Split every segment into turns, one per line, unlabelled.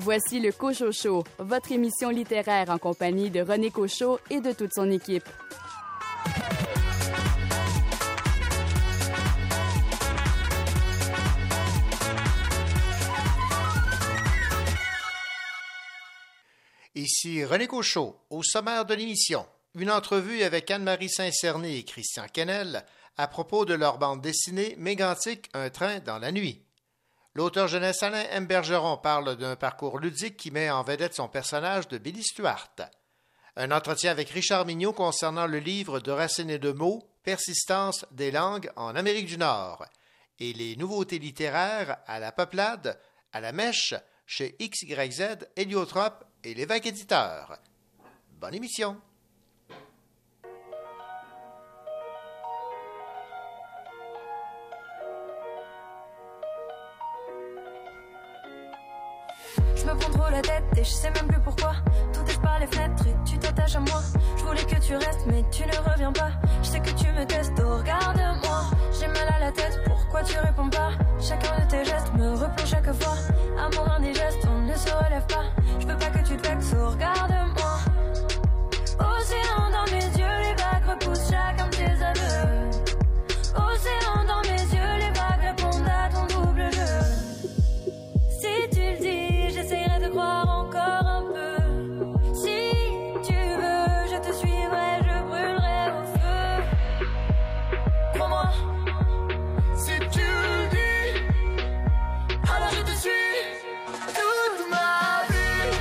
Voici le Cochot Show, votre émission littéraire en compagnie de René Cochot et de toute son équipe.
Ici René Cochot, au sommaire de l'émission. Une entrevue avec Anne-Marie Saint-Cerny et Christian Quesnel à propos de leur bande dessinée Mégantic, un train dans la nuit. L'auteur jeunesse Alain M. Bergeron parle d'un parcours ludique qui met en vedette son personnage de Billy Stuart. Un entretien avec Richard Mignot concernant le livre de Racine et de Meaux, Persistance des langues en Amérique du Nord. Et les nouveautés littéraires à la peuplade, à la mèche, chez XYZ, Héliotrope et l'Évêque éditeur. Bonne émission!
Je me prends trop la tête et je sais même plus pourquoi. Tout est par les fenêtres et tu t'attaches à moi. Je voulais que tu restes mais tu ne reviens pas. Je sais que tu me testes, oh regarde-moi. J'ai mal à la tête, pourquoi tu réponds pas? Chacun de tes gestes me replonge chaque fois. Amour dans des gestes, on ne se relève pas. Je veux pas que tu te vexes, oh regarde-moi. Océan dans mes yeux, les vagues repoussent chacun de tes aveux. Océan dans mes yeux, les vagues répondent à ton double jeu. Si tu le dis, j'essaierai de croire encore un peu. Si tu veux, je te suivrai, je brûlerai au feu. Crois-moi. Si tu le dis, alors je te suis. Toute ma vie,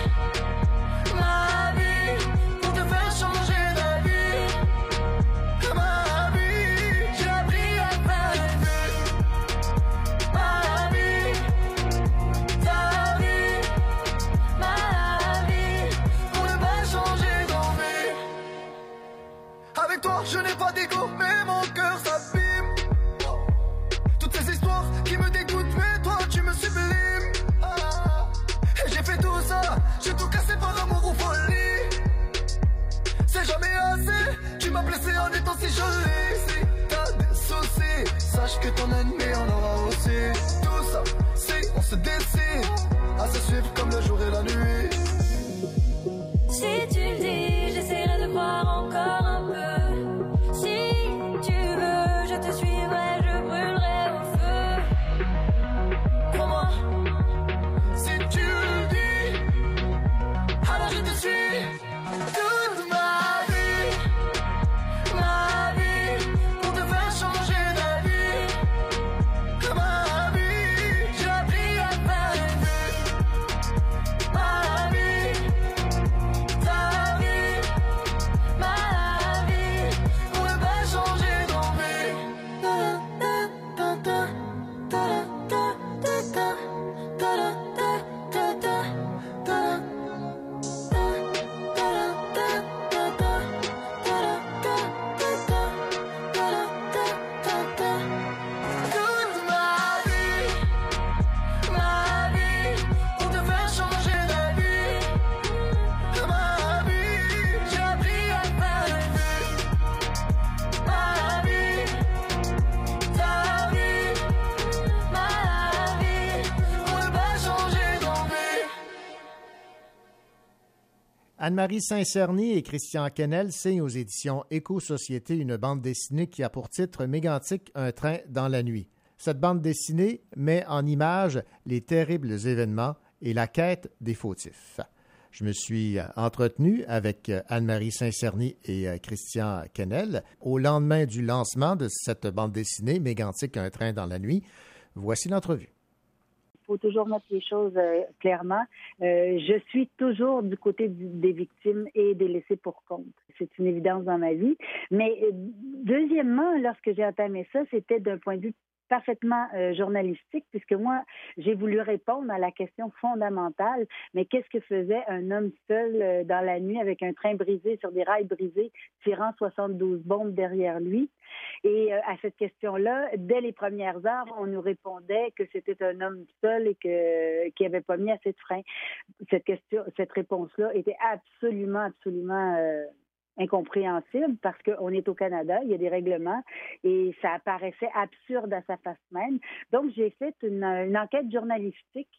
pour te faire changer d'avis. Ma vie, j'ai appris à faire rêver. Ma vie, ta vie, ma vie, pour ne pas changer d'envie. Avec toi, je n'ai pas d'égo, mais mon cœur s'abîme. Toutes ces histoires qui me dégoûtent, mais toi, tu me sublimes. Et j'ai fait tout ça, j'ai tout cassé par amour ou folie. C'est jamais assez, tu m'as blessé en étant si jolie. Si t'as des soucis, sache que ton ennemi en aura aussi. Tout ça, si on se décide à se suivre comme le jour et la nuit. Si tu le dis, j'essaierai de croire encore un peu. Si tu veux, je te suivrai, je brûlerai au feu. Crois-moi. Si tu le dis, alors je te suis. Toute ma vie, pour te faire changer d'avis. Ma vie, j'ai appris à faire rêver. Ma vie, ta vie, ma vie, pour ne pas changer d'envie. Toute ma vie, pour te faire changer d'avis. Ma vie, j'ai appris à faire rêver. Ma vie, ta vie, ma vie, pour ne pas changer d'envie.
Anne-Marie Saint-Cerny et Christian Quesnel signent aux éditions Éco-Société une bande dessinée qui a pour titre Mégantic, un train dans la nuit. Cette bande dessinée met en image les terribles événements et la quête des fautifs. Je me suis entretenu avec Anne-Marie Saint-Cerny et Christian Quesnel au lendemain du lancement de cette bande dessinée Mégantic, un train dans la nuit. Voici l'entrevue.
Il faut toujours mettre les choses clairement. Je suis toujours du côté des victimes et des laissés pour compte. C'est une évidence dans ma vie. Mais deuxièmement, lorsque j'ai entamé ça, c'était d'un point de vue parfaitement journalistique, puisque moi, j'ai voulu répondre à la question fondamentale, mais qu'est-ce que faisait un homme seul dans la nuit avec un train brisé sur des rails brisés, tirant 72 bombes derrière lui? Et à cette question-là, dès les premières heures, on nous répondait que c'était un homme seul et qu'il n'avait pas mis assez de frein. Cette réponse-là était absolument incompréhensible parce qu'on est au Canada, il y a des règlements et ça apparaissait absurde à sa face même. Donc, j'ai fait une enquête journalistique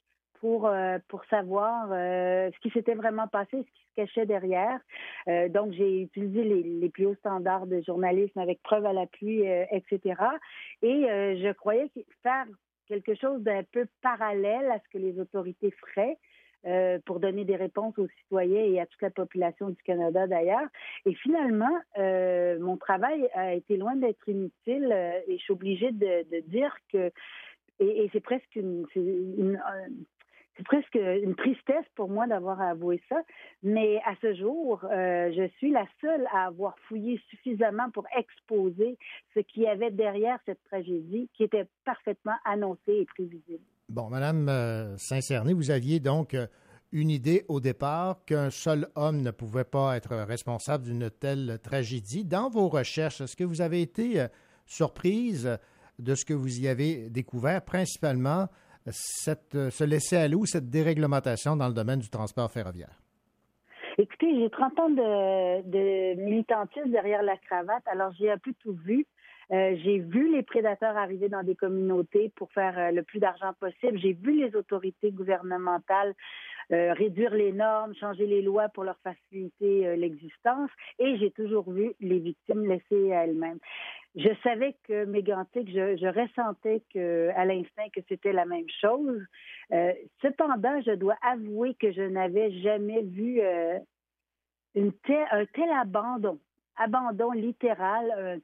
pour savoir ce qui s'était vraiment passé, ce qui se cachait derrière. Donc, j'ai utilisé les plus hauts standards de journalisme avec preuve à l'appui, etc. Et je croyais faire quelque chose d'un peu parallèle à ce que les autorités feraient pour donner des réponses aux citoyens et à toute la population du Canada d'ailleurs. Et finalement, mon travail a été loin d'être inutile et je suis obligée de dire que, et c'est presque c'est presque une tristesse pour moi d'avoir à avouer ça, mais à ce jour, je suis la seule à avoir fouillé suffisamment pour exposer ce qu'il y avait derrière cette tragédie qui était parfaitement annoncée et prévisible.
Bon, Madame Saint-Cerny, vous aviez donc une idée au départ qu'un seul homme ne pouvait pas être responsable d'une telle tragédie. Dans vos recherches, est-ce que vous avez été surprise de ce que vous y avez découvert, principalement ce laisser-aller ou cette déréglementation dans le domaine du transport ferroviaire?
Écoutez, j'ai 30 ans de militantisme derrière la cravate, alors j'ai un peu tout vu. J'ai vu les prédateurs arriver dans des communautés pour faire le plus d'argent possible. J'ai vu les autorités gouvernementales réduire les normes, changer les lois pour leur faciliter l'existence. Et j'ai toujours vu les victimes laissées à elles-mêmes. Je savais que Mégantic, je ressentais à l'instinct que c'était la même chose. Cependant, je dois avouer que je n'avais jamais vu un tel abandon littéral,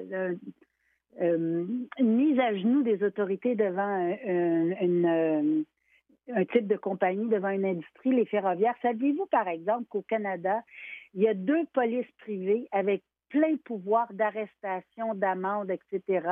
une mise à genoux des autorités devant un type de compagnie, devant une industrie, les ferroviaires. Saviez-vous, par exemple, qu'au Canada, il y a 2 polices privées avec plein pouvoir d'arrestation, d'amende, etc.,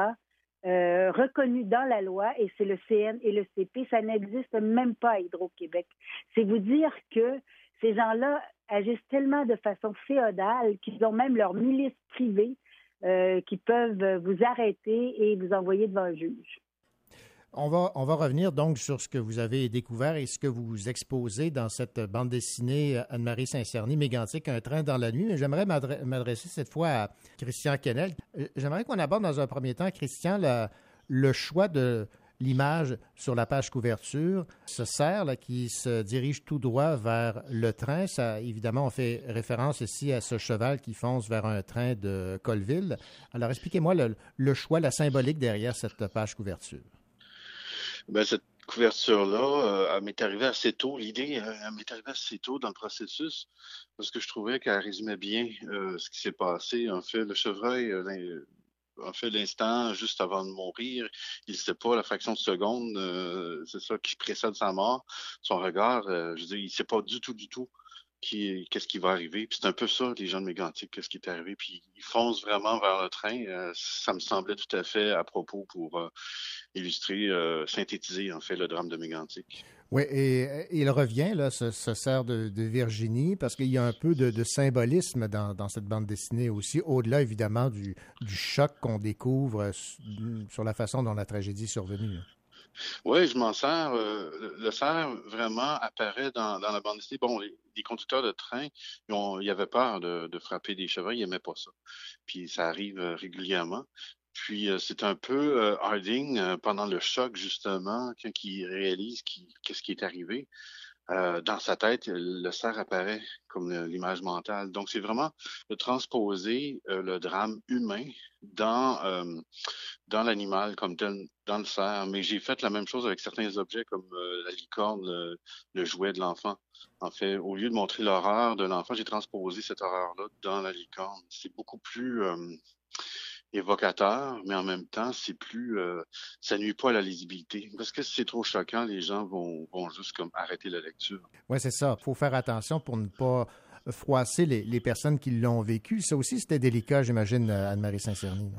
reconnus dans la loi, et c'est le CN et le CP. Ça n'existe même pas à Hydro-Québec. C'est vous dire que ces gens-là agissent tellement de façon féodale qu'ils ont même leur milice privée qui peuvent vous arrêter et vous envoyer devant un juge.
On va revenir donc sur ce que vous avez découvert et ce que vous exposez dans cette bande dessinée Anne-Marie Saint-Cerny, Mégantic, un train dans la nuit. Mais j'aimerais m'adresser cette fois à Christian Quesnel. J'aimerais qu'on aborde dans un premier temps, Christian, le choix de l'image sur la page couverture. Ce cerf là, qui se dirige tout droit vers le train, ça, évidemment, on fait référence ici à ce cheval qui fonce vers un train de Colville. Alors, expliquez-moi le choix, la symbolique derrière cette page couverture.
Ben, cette couverture-là, elle m'est arrivée assez tôt. L'idée, elle m'est arrivée assez tôt dans le processus parce que je trouvais qu'elle résumait bien ce qui s'est passé. En fait, le chevreuil, l'instant juste avant de mourir, il ne sait pas la fraction de seconde, c'est ça qui précède sa mort. Son regard, je veux dire, il ne sait pas du tout qu'est-ce qui va arriver. Puis c'est un peu ça, les gens de Mégantic, qu'est-ce qui est arrivé. Puis ils foncent vraiment vers le train. Ça me semblait tout à fait à propos pour illustrer, synthétiser en fait le drame de Mégantic.
Oui, et il revient, là, ce cerf de Virginie, parce qu'il y a un peu de symbolisme dans cette bande dessinée aussi, au-delà évidemment du choc qu'on découvre sur la façon dont la tragédie est survenue.
Oui, je m'en sers. Le cerf vraiment apparaît dans la bande dessinée. Bon, les conducteurs de train, ils avaient peur de frapper des chevreuils, ils n'aimaient pas ça. Puis ça arrive régulièrement. Puis c'est un peu Harding, pendant le choc, justement, quand il réalise qu'est-ce qui est arrivé. Dans sa tête, le cerf apparaît comme l'image mentale. Donc, c'est vraiment de transposer le drame humain dans l'animal comme tel, dans le cerf. Mais j'ai fait la même chose avec certains objets comme la licorne, le jouet de l'enfant. En fait, au lieu de montrer l'horreur de l'enfant, j'ai transposé cette horreur-là dans la licorne. C'est beaucoup plus évocateur, mais en même temps, ça nuit pas à la lisibilité. Parce que si c'est trop choquant, les gens vont juste comme arrêter la lecture.
Oui, c'est ça. Il faut faire attention pour ne pas froisser les personnes qui l'ont vécu. Ça aussi, c'était délicat, j'imagine, Anne-Marie Saint-Cerny.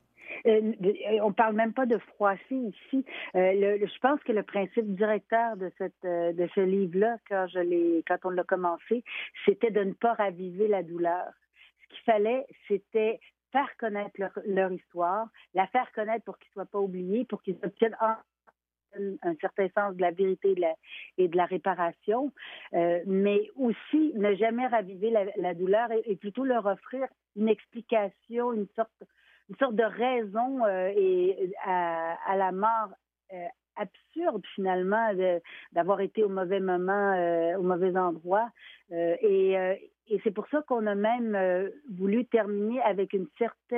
On parle même pas de froisser ici. Je pense que le principe directeur de ce livre-là, quand on l'a commencé, c'était de ne pas raviver la douleur. Ce qu'il fallait, c'était faire connaître leur histoire, la faire connaître pour qu'ils ne soient pas oubliés, pour qu'ils obtiennent un certain sens de la vérité et de la réparation, mais aussi ne jamais raviver la douleur et plutôt leur offrir une explication, une sorte de raison à la mort absurde finalement d'avoir été au mauvais moment, au mauvais endroit. Et c'est pour ça qu'on a même voulu terminer avec un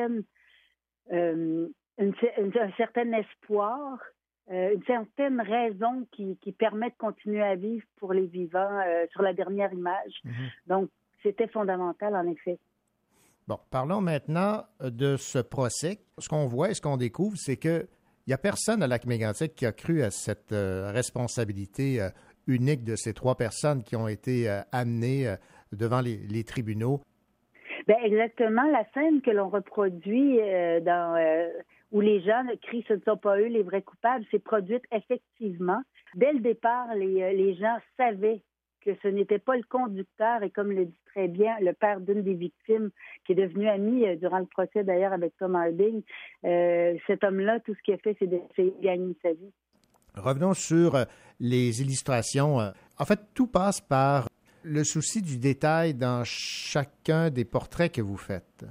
certain espoir, une certaine raison qui permet de continuer à vivre pour les vivants sur la dernière image. Donc, c'était fondamental, en effet.
Bon, parlons maintenant de ce procès. Ce qu'on voit et ce qu'on découvre, c'est qu'il n'y a personne à Lac-Mégantic qui a cru à cette responsabilité unique de ces 3 personnes qui ont été amenées devant les tribunaux.
Bien, exactement. La scène que l'on reproduit où les gens crient « ce ne sont pas eux les vrais coupables », s'est produite effectivement. Dès le départ, les gens savaient que ce n'était pas le conducteur, et comme le dit très bien le père d'une des victimes, qui est devenu ami durant le procès d'ailleurs avec Tom Harding, cet homme-là, tout ce qu'il a fait, c'est d'essayer de gagner sa vie.
Revenons sur les illustrations. En fait, tout passe par le souci du détail dans chacun des portraits que vous faites.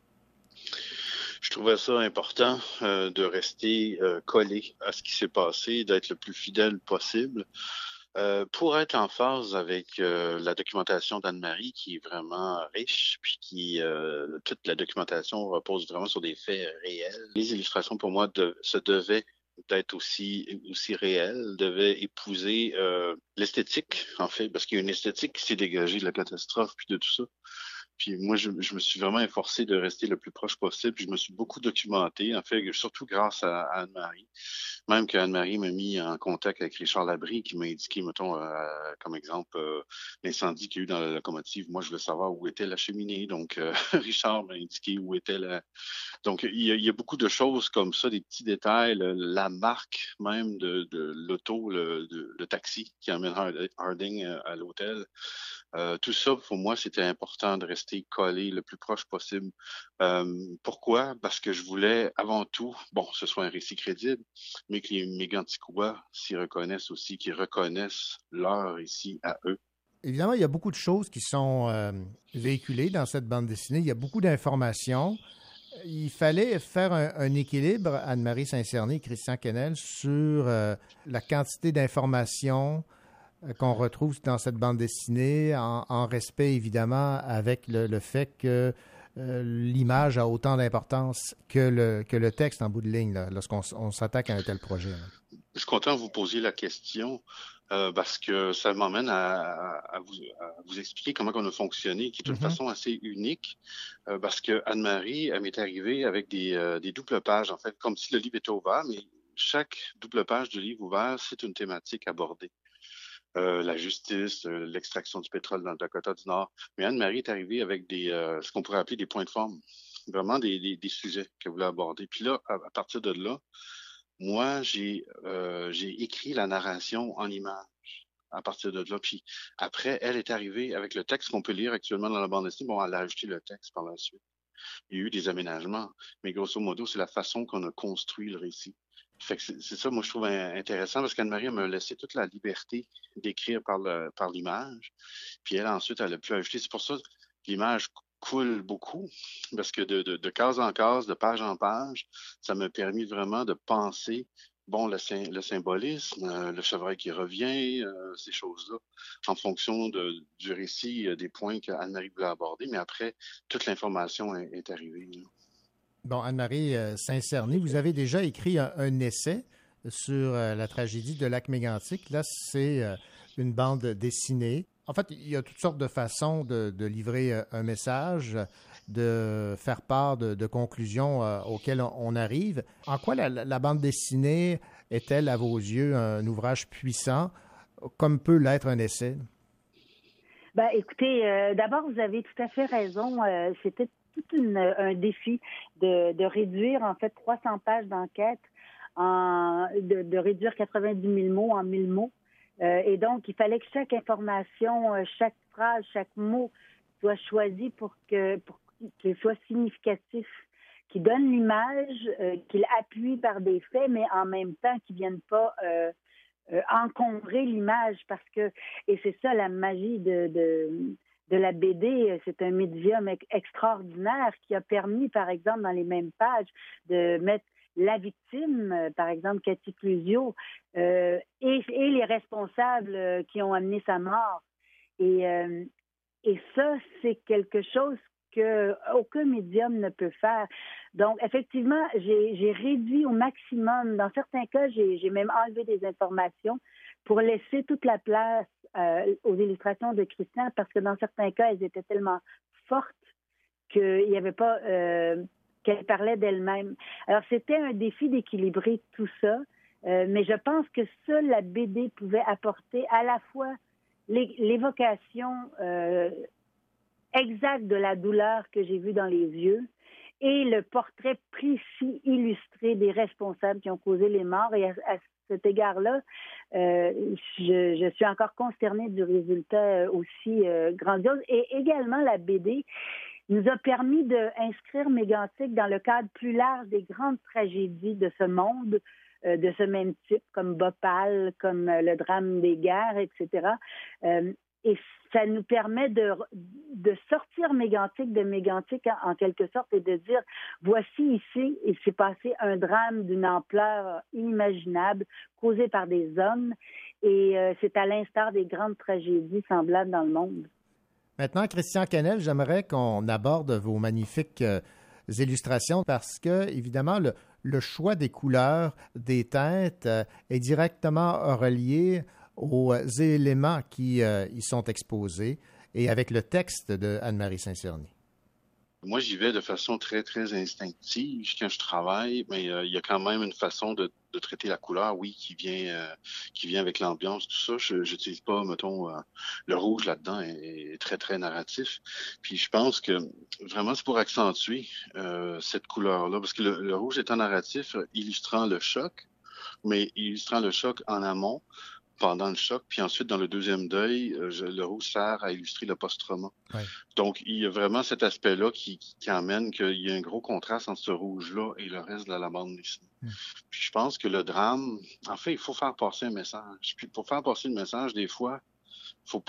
Je trouvais ça important de rester collé à ce qui s'est passé, d'être le plus fidèle possible. Pour être en phase avec la documentation d'Anne-Marie, qui est vraiment riche, puis toute la documentation repose vraiment sur des faits réels. Les illustrations, pour moi, se devaient d'être aussi réelles, devaient épouser l'esthétique, en fait, parce qu'il y a une esthétique qui s'est dégagée de la catastrophe, puis de tout ça. Puis moi, je me suis vraiment efforcé de rester le plus proche possible. Puis je me suis beaucoup documenté, en fait, surtout grâce à Anne-Marie. Même qu'Anne-Marie m'a mis en contact avec Richard Labrie, qui m'a indiqué, mettons, comme exemple, l'incendie qu'il y a eu dans la locomotive. Moi, je veux savoir où était la cheminée. Donc, Richard m'a indiqué où était la... Donc, il y a beaucoup de choses comme ça, des petits détails. La marque même de l'auto, le taxi qui emmène Harding à l'hôtel. Tout ça, pour moi, c'était important de rester collé le plus proche possible. Pourquoi? Parce que je voulais, avant tout, ce soit un récit crédible, mais que les Méganticois s'y reconnaissent aussi, qu'ils reconnaissent leur récit à eux.
Évidemment, il y a beaucoup de choses qui sont véhiculées dans cette bande dessinée. Il y a beaucoup d'informations. Il fallait faire un équilibre, Anne-Marie Saint-Cerny et Christian Quesnel, sur la quantité d'informations qu'on retrouve dans cette bande dessinée, en respect évidemment avec le fait que l'image a autant d'importance que le texte en bout de ligne, là, lorsqu'on s'attaque à un tel projet. Là.
Je suis content de vous poser la question parce que ça m'emmène à vous expliquer comment on a fonctionné, qui est d'une façon assez unique, parce que Anne-Marie, elle m'est arrivée avec des doubles pages, en fait, comme si le livre était ouvert, mais chaque double page du livre ouvert, c'est une thématique abordée. La justice, l'extraction du pétrole dans le Dakota du Nord. Mais Anne-Marie est arrivée avec ce qu'on pourrait appeler des points de forme, vraiment des sujets qu'elle voulait aborder. Puis là, à partir de là, moi, j'ai écrit la narration en images à partir de là. Puis après, elle est arrivée avec le texte qu'on peut lire actuellement dans la bande dessinée. Bon, elle a ajouté le texte par la suite. Il y a eu des aménagements, mais grosso modo, c'est la façon qu'on a construit le récit. Fait que c'est ça, moi, je trouve intéressant parce qu'Anne-Marie m'a laissé toute la liberté d'écrire par l'image. Puis elle, ensuite, elle a pu ajouter. C'est pour ça que l'image coule beaucoup parce que de case en case, de page en page, ça m'a permis vraiment de penser, le symbolisme, le chevreuil qui revient, ces choses-là, en fonction du récit, des points qu'Anne-Marie voulait aborder. Mais après, toute l'information est arrivée, là.
Bon, Anne-Marie Saint-Cerny, vous avez déjà écrit un essai sur la tragédie de Lac-Mégantic. Là, c'est une bande dessinée. En fait, il y a toutes sortes de façons de livrer un message, de faire part de conclusions auxquelles on arrive. En quoi la bande dessinée est-elle, à vos yeux, un ouvrage puissant, comme peut l'être un essai?
Ben, écoutez, d'abord, vous avez tout à fait raison. C'était un défi de réduire, en fait, 300 pages d'enquête, de réduire 90 000 mots en 1000 mots. Et donc, il fallait que chaque information, chaque phrase, chaque mot soit choisi pour qu'il soit significatif, qu'il donne l'image, qu'il appuie par des faits, mais en même temps qu'il ne vienne pas encombrer l'image, parce que, et c'est ça la magie de la BD, c'est un médium extraordinaire qui a permis, par exemple, dans les mêmes pages, de mettre la victime, par exemple Cathy Clusio, et les responsables qui ont amené sa mort. Et ça, c'est quelque chose qu'aucun médium ne peut faire. Donc, effectivement, j'ai réduit au maximum. Dans certains cas, j'ai même enlevé des informations pour laisser toute la place aux illustrations de Christian, parce que dans certains cas, elles étaient tellement fortes qu'il n'y avait pas... qu'elle parlait d'elle-même. Alors, c'était un défi d'équilibrer tout ça, mais je pense que seule la BD pouvait apporter à la fois l'évocation exacte de la douleur que j'ai vue dans les yeux et le portrait précis, illustré des responsables qui ont causé les morts. Et à cet égard-là, je suis encore consternée du résultat aussi grandiose. Et également, la BD nous a permis d'inscrire Mégantic dans le cadre plus large des grandes tragédies de ce monde, de ce même type, comme Bhopal, comme le drame des guerres, etc. Et ça nous permet de sortir Mégantic de Mégantic en quelque sorte et de dire, voici ici, il s'est passé un drame d'une ampleur inimaginable causé par des hommes, et c'est à l'instar des grandes tragédies semblables dans le monde.
Maintenant, Christian Canel, j'aimerais qu'on aborde vos magnifiques illustrations parce que, évidemment, le choix des couleurs, des teintes est directement relié aux éléments qui y sont exposés et avec le texte de Anne-Marie Saint-Cerny.
Moi, j'y vais de façon très, très instinctive quand je travaille, mais il y a quand même une façon de traiter la couleur, oui, qui vient avec l'ambiance, tout ça. Je n'utilise pas, mettons, le rouge là-dedans est très, très narratif. Puis je pense que vraiment, c'est pour accentuer cette couleur-là, parce que le rouge étant narratif, illustrant le choc, mais illustrant le choc en amont, pendant le choc, puis ensuite, dans le deuxième deuil, le rouge sert à illustrer le post-trauma. Ouais. Donc, il y a vraiment cet aspect-là qui amène qu'il y a un gros contraste entre ce rouge-là et le reste de la bande dessinée. Puis je pense que le drame, en fait, il faut faire passer un message. Puis pour faire passer le message, des fois, faut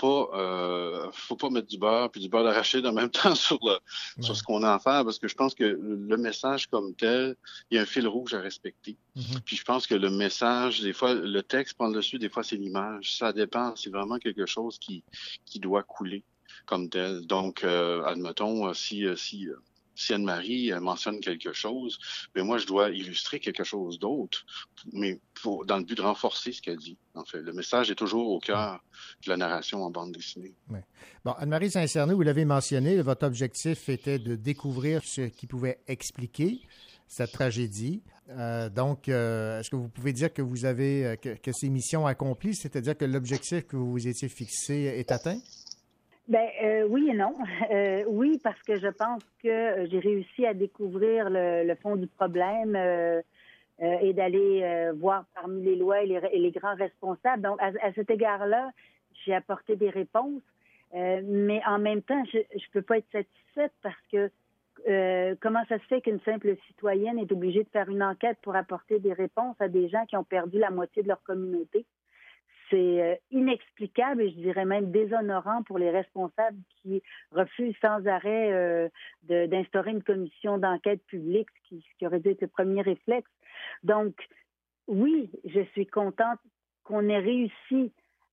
pas mettre du beurre puis du beurre d'arachide en même temps sur ce qu'on a à faire, parce que je pense que le message comme tel, il y a un fil rouge à respecter. Puis je pense que le message, des fois, le texte prend le dessus, des fois c'est l'image. Ça dépend, c'est vraiment quelque chose qui doit couler comme tel. Donc, admettons, si Anne-Marie mentionne quelque chose, mais moi, je dois illustrer quelque chose d'autre, mais dans le but de renforcer ce qu'elle dit. En fait, le message est toujours au cœur de la narration en bande dessinée.
Oui. Bon, Anne-Marie Saint-Cerny, vous l'avez mentionné, votre objectif était de découvrir ce qui pouvait expliquer cette tragédie. Donc, est-ce que vous pouvez dire que vous avez que c'est mission accomplie, c'est-à-dire que l'objectif que vous vous étiez fixé est atteint?
Oui et non. Oui, parce que je pense que j'ai réussi à découvrir le fond du problème et d'aller voir parmi les lois et les grands responsables. Donc, à cet égard-là, j'ai apporté des réponses, mais en même temps, je ne peux pas être satisfaite parce que comment ça se fait qu'une simple citoyenne est obligée de faire une enquête pour apporter des réponses à des gens qui ont perdu la moitié de leur communauté? C'est inexplicable et je dirais même déshonorant pour les responsables qui refusent sans arrêt d'instaurer une commission d'enquête publique, ce qui aurait dû être le premier réflexe. Donc, oui, je suis contente qu'on ait réussi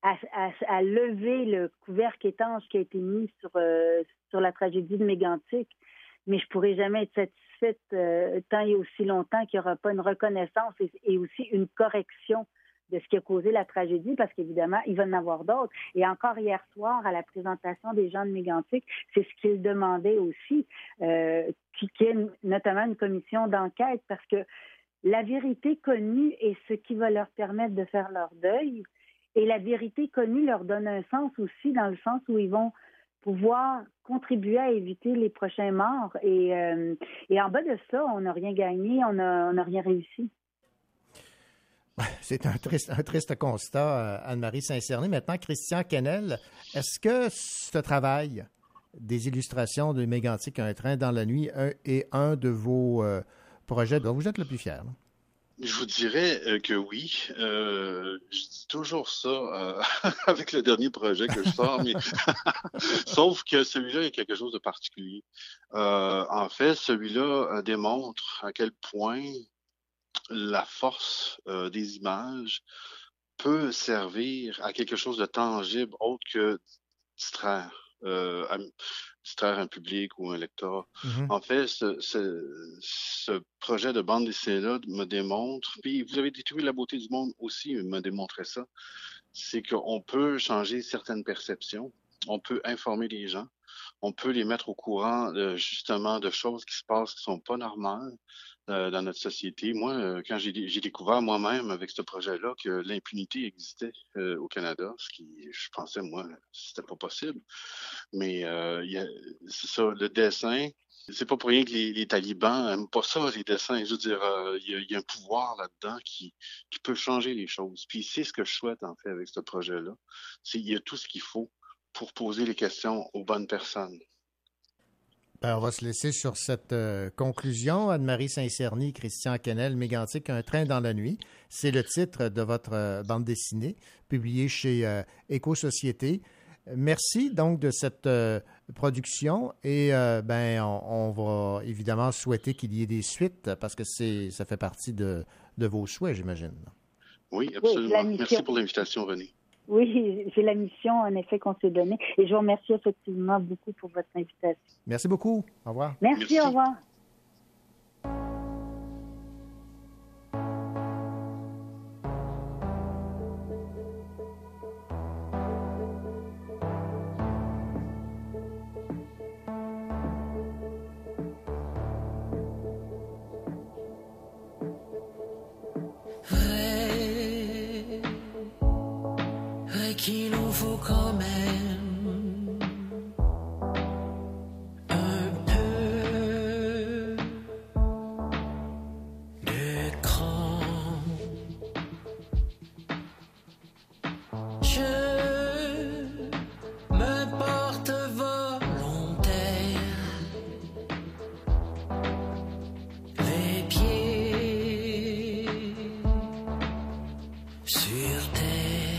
à lever le couvercle étanche qui a été mis sur la tragédie de Mégantic, mais je pourrai jamais être satisfaite tant et aussi longtemps qu'il n'y aura pas une reconnaissance et aussi une correction de ce qui a causé la tragédie, parce qu'évidemment, il va y en avoir d'autres. Et encore hier soir, à la présentation des gens de Mégantic, c'est ce qu'ils demandaient aussi, qu'il y ait notamment une commission d'enquête, parce que la vérité connue est ce qui va leur permettre de faire leur deuil, et la vérité connue leur donne un sens aussi, dans le sens où ils vont pouvoir contribuer à éviter les prochains morts. Et en bas de ça, on n'a rien gagné, on n'a rien réussi.
C'est un triste constat, Anne-Marie Saint-Cerny. Maintenant, Christian Canel, est-ce que ce travail des illustrations de Mégantic, Un train dans la nuit, est un de vos projets dont vous êtes le plus fier? Non?
Je vous dirais que oui. Je dis toujours ça avec le dernier projet que je sors, mais sauf que celui-là est quelque chose de particulier. En fait, celui-là démontre à quel point la force des images peut servir à quelque chose de tangible autre que distraire, distraire un public ou un lecteur.
Mhm.
En fait, ce projet de bande dessinée-là me démontre, puis vous avez détruit la beauté du monde aussi, me démontrait ça, c'est qu'on peut changer certaines perceptions, on peut informer les gens, on peut les mettre au courant justement de choses qui se passent qui sont pas normales dans notre société. Moi, quand j'ai découvert moi-même avec ce projet-là que l'impunité existait au Canada, ce qui, je pensais, moi, c'était pas possible. Mais c'est ça, le dessin, c'est pas pour rien que les talibans aiment pas ça, les dessins. Je veux dire, il y a un pouvoir là-dedans qui peut changer les choses. Puis c'est ce que je souhaite, en fait, avec ce projet-là. Il y a tout ce qu'il faut pour poser les questions aux bonnes personnes.
Ben, on va se laisser sur cette conclusion. Anne-Marie Saint-Cerny, Christian Quesnel, Mégantic, Un train dans la nuit. C'est le titre de votre bande dessinée, publiée chez Éco-Société. Merci donc de cette production et on va évidemment souhaiter qu'il y ait des suites parce que ça fait partie de vos souhaits, j'imagine.
Oui, absolument. Merci pour l'invitation, René.
Oui, c'est la mission, en effet, qu'on s'est donnée. Et je vous remercie effectivement beaucoup pour votre invitation.
Merci beaucoup. Au revoir.
Merci. Au revoir.
Qu'il nous faut quand même un peu de cran. Je me porte volontaire, les pieds sur terre.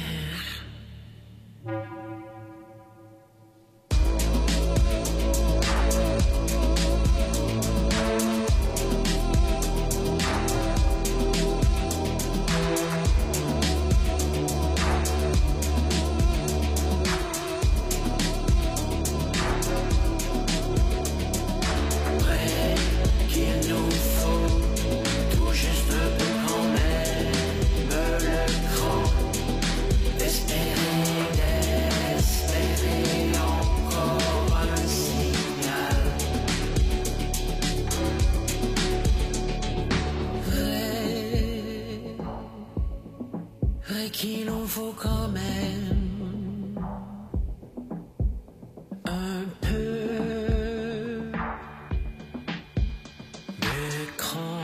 Qu'il en faut quand même un peu de cran.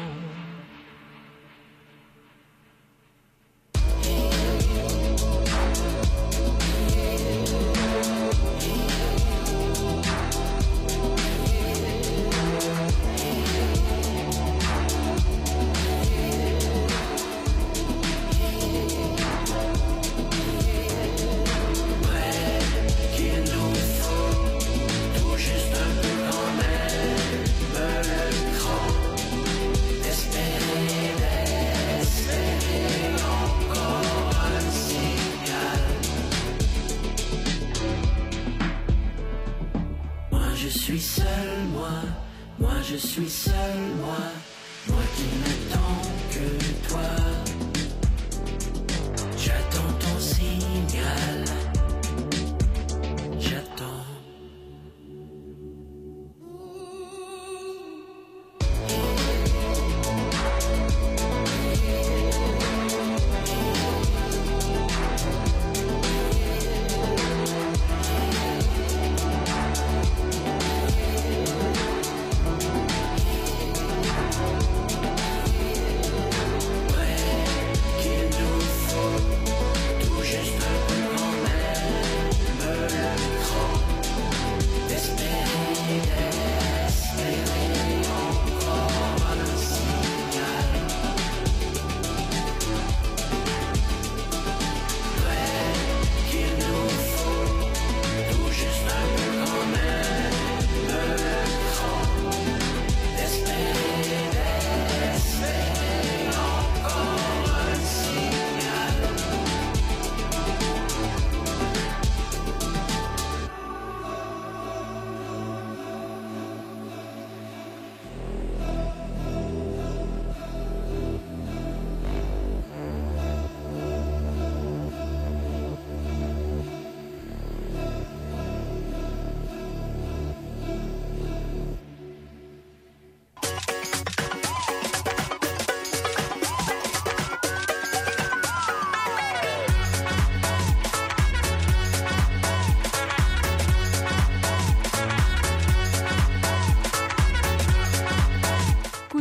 Je suis seul, moi qui n'attends que toi. J'attends ton signal, j'attends.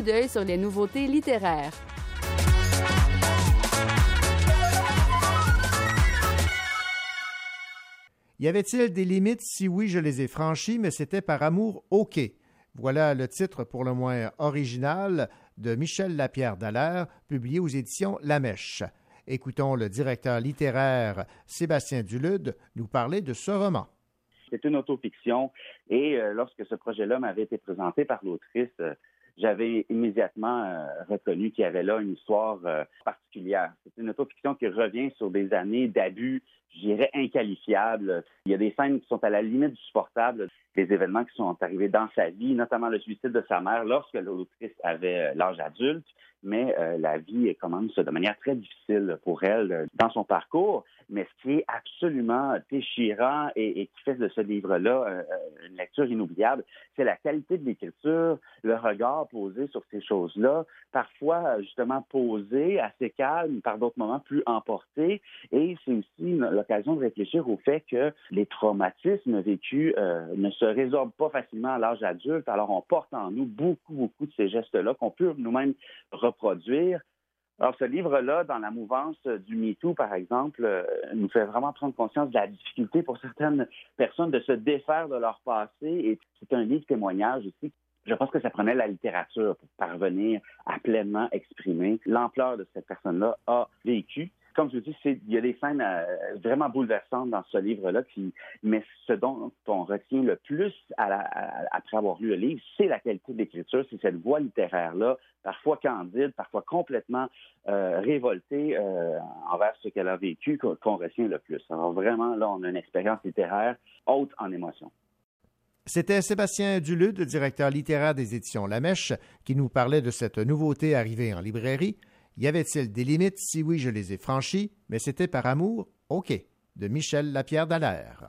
d'œil sur les nouveautés littéraires.
Y avait-il des limites? Si oui, je les ai franchies, mais c'était par amour, OK. Voilà le titre pour le moins original de Michel Lapierre-Dallaire, publié aux éditions La Mèche. Écoutons le directeur littéraire Sébastien Dulude nous parler de ce roman.
C'est une autofiction et lorsque ce projet-là m'avait été présenté par l'autrice, j'avais immédiatement reconnu qu'il y avait là une histoire particulière. C'est une autofiction qui revient sur des années d'abus, je dirais, inqualifiables. Il y a des scènes qui sont à la limite du supportable, des événements qui sont arrivés dans sa vie, notamment le suicide de sa mère lorsque l'autrice avait l'âge adulte, mais la vie commence de manière très difficile pour elle dans son parcours. Mais ce qui est absolument déchirant et qui fait de ce livre-là une lecture inoubliable, c'est la qualité de l'écriture, le regard posé sur ces choses-là, parfois justement posé, assez calme, par d'autres moments plus emporté. Et c'est aussi l'occasion de réfléchir au fait que les traumatismes vécus ne se résorbent pas facilement à l'âge adulte. Alors on porte en nous beaucoup de ces gestes-là qu'on peut nous-mêmes reproduire. Alors, ce livre-là, dans la mouvance du MeToo, par exemple, nous fait vraiment prendre conscience de la difficulté pour certaines personnes de se défaire de leur passé. Et c'est un livre témoignage aussi. Je pense que ça prenait la littérature pour parvenir à pleinement exprimer l'ampleur de cette personne-là a vécu. Comme je vous dis, il y a des scènes vraiment bouleversantes dans ce livre-là, mais ce dont on retient le plus après avoir lu le livre, c'est la qualité de l'écriture, c'est cette voix littéraire-là, parfois candide, parfois complètement révoltée envers ce qu'elle a vécu, qu'on retient le plus. Alors vraiment, là, on a une expérience littéraire haute en émotion.
C'était Sébastien Dulude, directeur littéraire des éditions La Mèche, qui nous parlait de cette nouveauté arrivée en librairie. Y avait-il des limites? Si oui, je les ai franchies, mais c'était par amour, OK, de Michel Lapierre-Dallaire.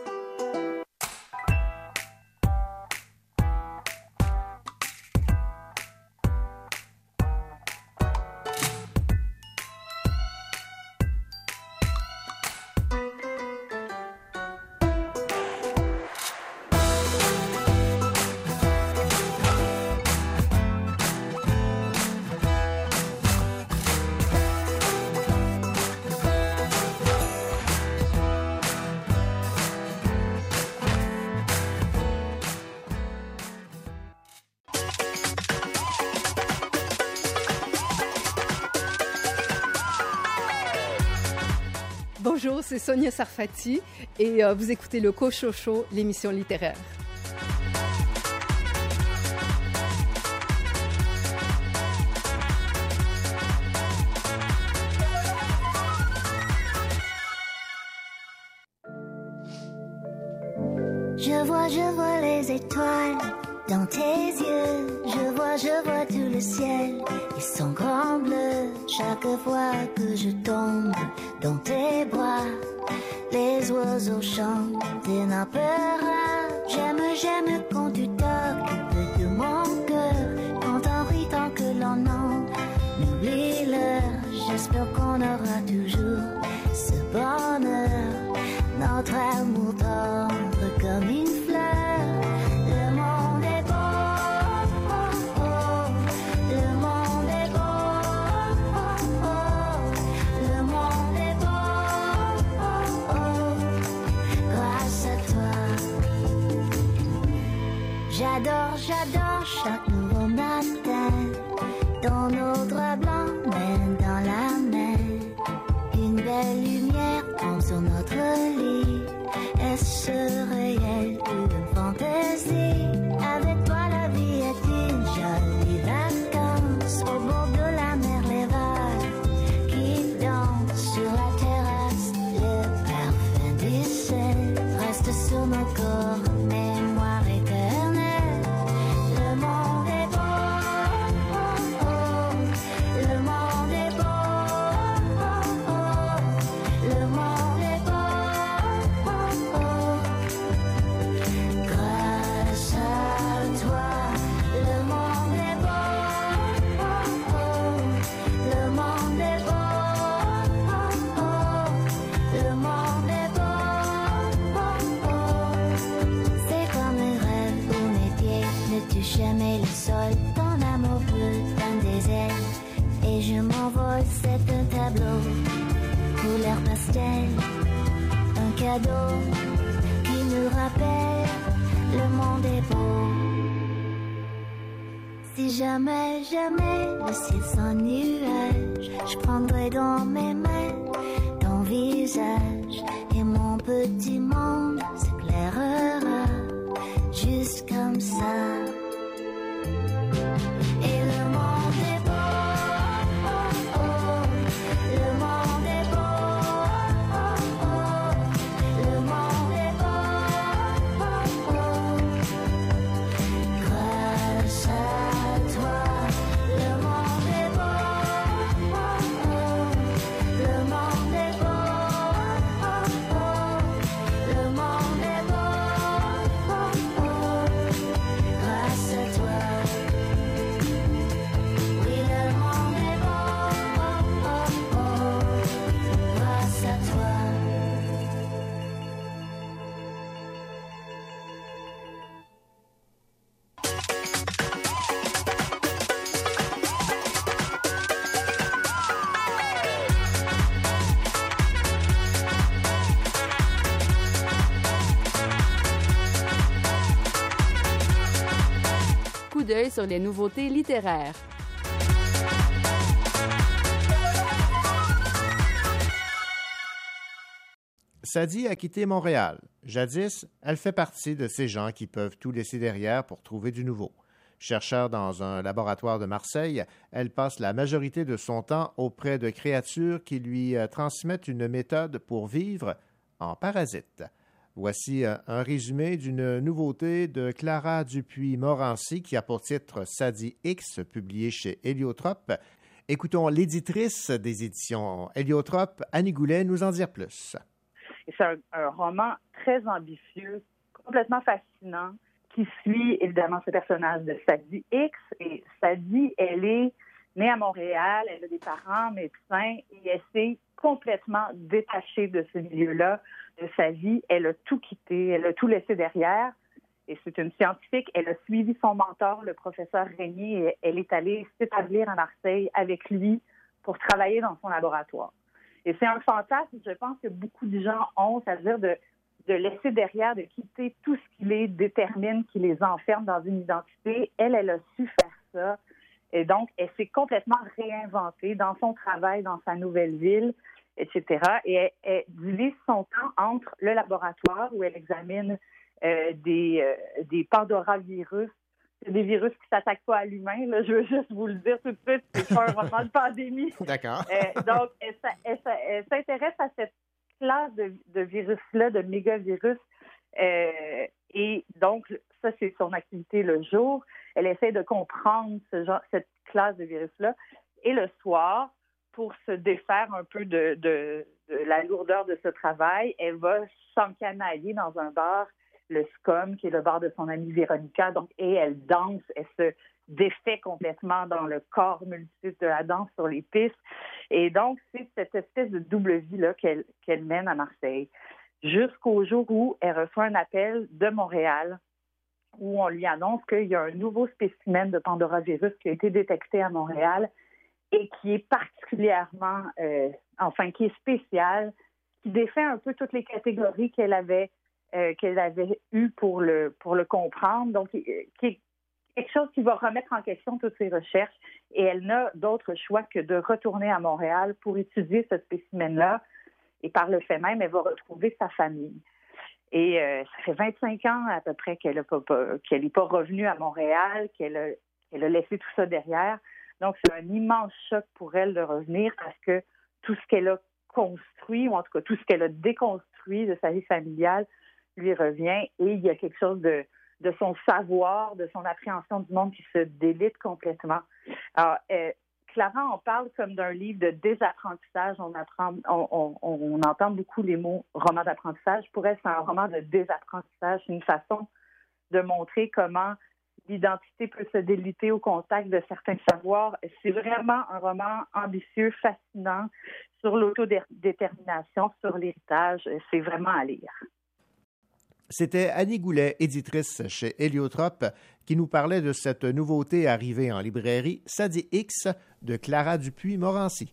Bonjour, c'est Sonia Sarfati et vous écoutez le Cochocho, l'émission littéraire.
Je vois les étoiles dans tes yeux. Je vois tout le ciel et son grand bleu. Chaque fois que je tombe dans tes bras, les oiseaux chantent et n'en peur. J'aime quand tu t'occupes de mon cœur, quand on rit tant que l'on en oublie l'heure. J'espère qu'on aura toujours ce bonheur, notre amour tendre comme une fleur. Le monde est beau, oh, oh. Le monde est beau, oh, oh. Le monde est beau, oh, oh. Grâce à toi. J'adore chaque nouveau matin, dans nos draps blancs, main dans la main. Une belle lumière tombe sur notre lit. Est-ce réel ou une fantaisie? Avec toi la vie est une jolie vacance. Au bord de la mer les vagues qui dansent sur la terrasse. Le parfum du sel reste sur nos corps, mémoire éternelle. Le monde est beau, oh, oh. Le monde est beau, oh, oh. Le monde est beau, oh, oh. Grâce à toi, le monde est beau, oh, oh. Le monde est beau, oh, oh. Le monde est beau, oh, oh. C'est jamais, jamais le ciel sans nuage, je prendrai dans mes mains ton visage et mon petit monde s'éclairera juste comme ça. Et le monde est beau, oh, oh. Le monde est beau, oh, oh. Le monde est beau, oh, oh. Grâce à toi, le monde est beau, oh, oh. Le monde est beau, oh, oh. Le monde est beau, oh, oh. Grâce à toi. Oui, le monde est beau, oh, oh, oh. Grâce à toi.
Coup d'œil sur les nouveautés littéraires.
Sadie a quitté Montréal. Jadis, elle fait partie de ces gens qui peuvent tout laisser derrière pour trouver du nouveau. Chercheur dans un laboratoire de Marseille, elle passe la majorité de son temps auprès de créatures qui lui transmettent une méthode pour vivre en parasite. Voici un résumé d'une nouveauté de Clara Dupuis-Morancy qui a pour titre Sadie X, publié chez Héliotrope. Écoutons l'éditrice des éditions Héliotrope, Annie Goulet, nous en dire plus.
C'est un roman très ambitieux, complètement fascinant, qui suit évidemment ce personnage de Sadie X. Et Sadie, elle est née à Montréal, elle a des parents médecins et elle s'est complètement détachée de ce milieu-là, de sa vie. Elle a tout quitté, elle a tout laissé derrière. Et c'est une scientifique. Elle a suivi son mentor, le professeur Régnier, et elle est allée s'établir à Marseille avec lui pour travailler dans son laboratoire. Et c'est un fantasme, je pense, que beaucoup de gens ont, c'est-à-dire de laisser derrière, de quitter tout ce qui les détermine, qui les enferme dans une identité. Elle a su faire ça. Et donc, elle s'est complètement réinventée dans son travail, dans sa nouvelle ville, etc. Et elle divise son temps entre le laboratoire où elle examine des pandoravirus. C'est des virus qui ne s'attaquent pas à l'humain. Là, je veux juste vous le dire tout de suite, c'est pas un roman de pandémie.
D'accord.
Donc, elle s'intéresse à cette classe de virus-là, de mégavirus. Et donc, ça, c'est son activité le jour. Elle essaie de comprendre cette classe de virus-là. Et le soir, pour se défaire un peu de la lourdeur de ce travail, elle va s'encanailler dans un bar, le SCOM, qui est le bar de son amie Véronica. Donc, et elle danse, elle se défait complètement dans le corps multiple de la danse sur les pistes. Et donc, c'est cette espèce de double vie-là qu'elle mène à Marseille. Jusqu'au jour où elle reçoit un appel de Montréal où on lui annonce qu'il y a un nouveau spécimen de pandoravirus qui a été détecté à Montréal et qui est particulièrement, qui est spécial, qui défait un peu toutes les catégories qu'elle avait eues pour le comprendre. Donc, qui est quelque chose qui va remettre en question toutes ses recherches et elle n'a d'autre choix que de retourner à Montréal pour étudier ce spécimen-là. Et par le fait même, elle va retrouver sa famille. Et ça fait 25 ans à peu près qu'elle n'est pas revenue à Montréal, qu'elle a laissé tout ça derrière. Donc, c'est un immense choc pour elle de revenir parce que tout ce qu'elle a construit, ou en tout cas tout ce qu'elle a déconstruit de sa vie familiale, lui revient. Et il y a quelque chose de son savoir, de son appréhension du monde qui se délite complètement. Alors, Clara en parle comme d'un livre de désapprentissage. On entend beaucoup les mots roman d'apprentissage. Pour elle, c'est un roman de désapprentissage. C'est une façon de montrer comment l'identité peut se déliter au contact de certains savoirs. C'est vraiment un roman ambitieux, fascinant, sur l'autodétermination, sur l'héritage. C'est vraiment à lire.
C'était Annie Goulet, éditrice chez Héliotrope, qui nous parlait de cette nouveauté arrivée en librairie, Sadie X, de Clara Dupuis-Morancy.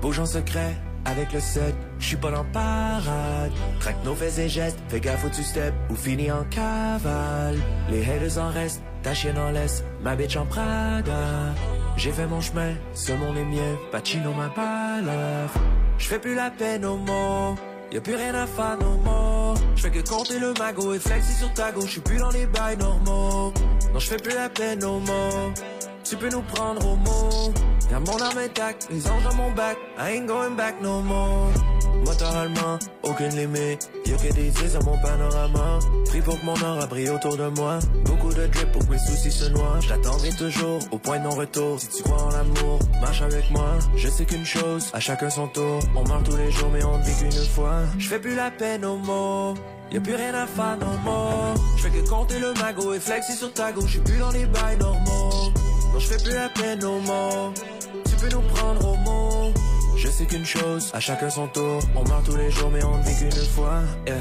Bouge en secret avec le set, j'suis pas dans parade. Traque nos faits et gestes, fais gaffe où tu step ou finis en cavale. Les haters en restent, ta chienne en laisse, ma bitch en Prada. J'ai fait mon chemin, ce monde est mien, Pacino ma balave. J'fais plus la peine au mot, y'a plus rien à faire no more. J'fais que compter le magot et flexer sur ta gauche, j'suis plus dans les bails normaux. Non j'fais plus la peine au mot, tu peux nous prendre au mot. Y'a mon arme intacte, les anges dans mon bac, I ain't going back no more. Motoralement, aucune limite, y'a que des yeux dans mon panorama. Prie pour que mon aura brille autour de moi. Beaucoup de drip pour que mes soucis se noient. J'attendrai toujours au point de non-retour. Si tu crois en l'amour, marche avec moi. Je sais qu'une chose, à chacun son tour. On meurt tous les jours mais on ne vit qu'une fois. J'fais plus la peine au mot, y'a plus rien à faire no more. J'fais que compter le magot et flexer sur ta gauche. J'suis plus dans les bails normaux. Non j'fais plus la peine au mot, tu peux nous prendre au mot. Je sais qu'une chose, à chacun son tour. On meurt tous les jours mais on ne vit qu'une fois. Yeah.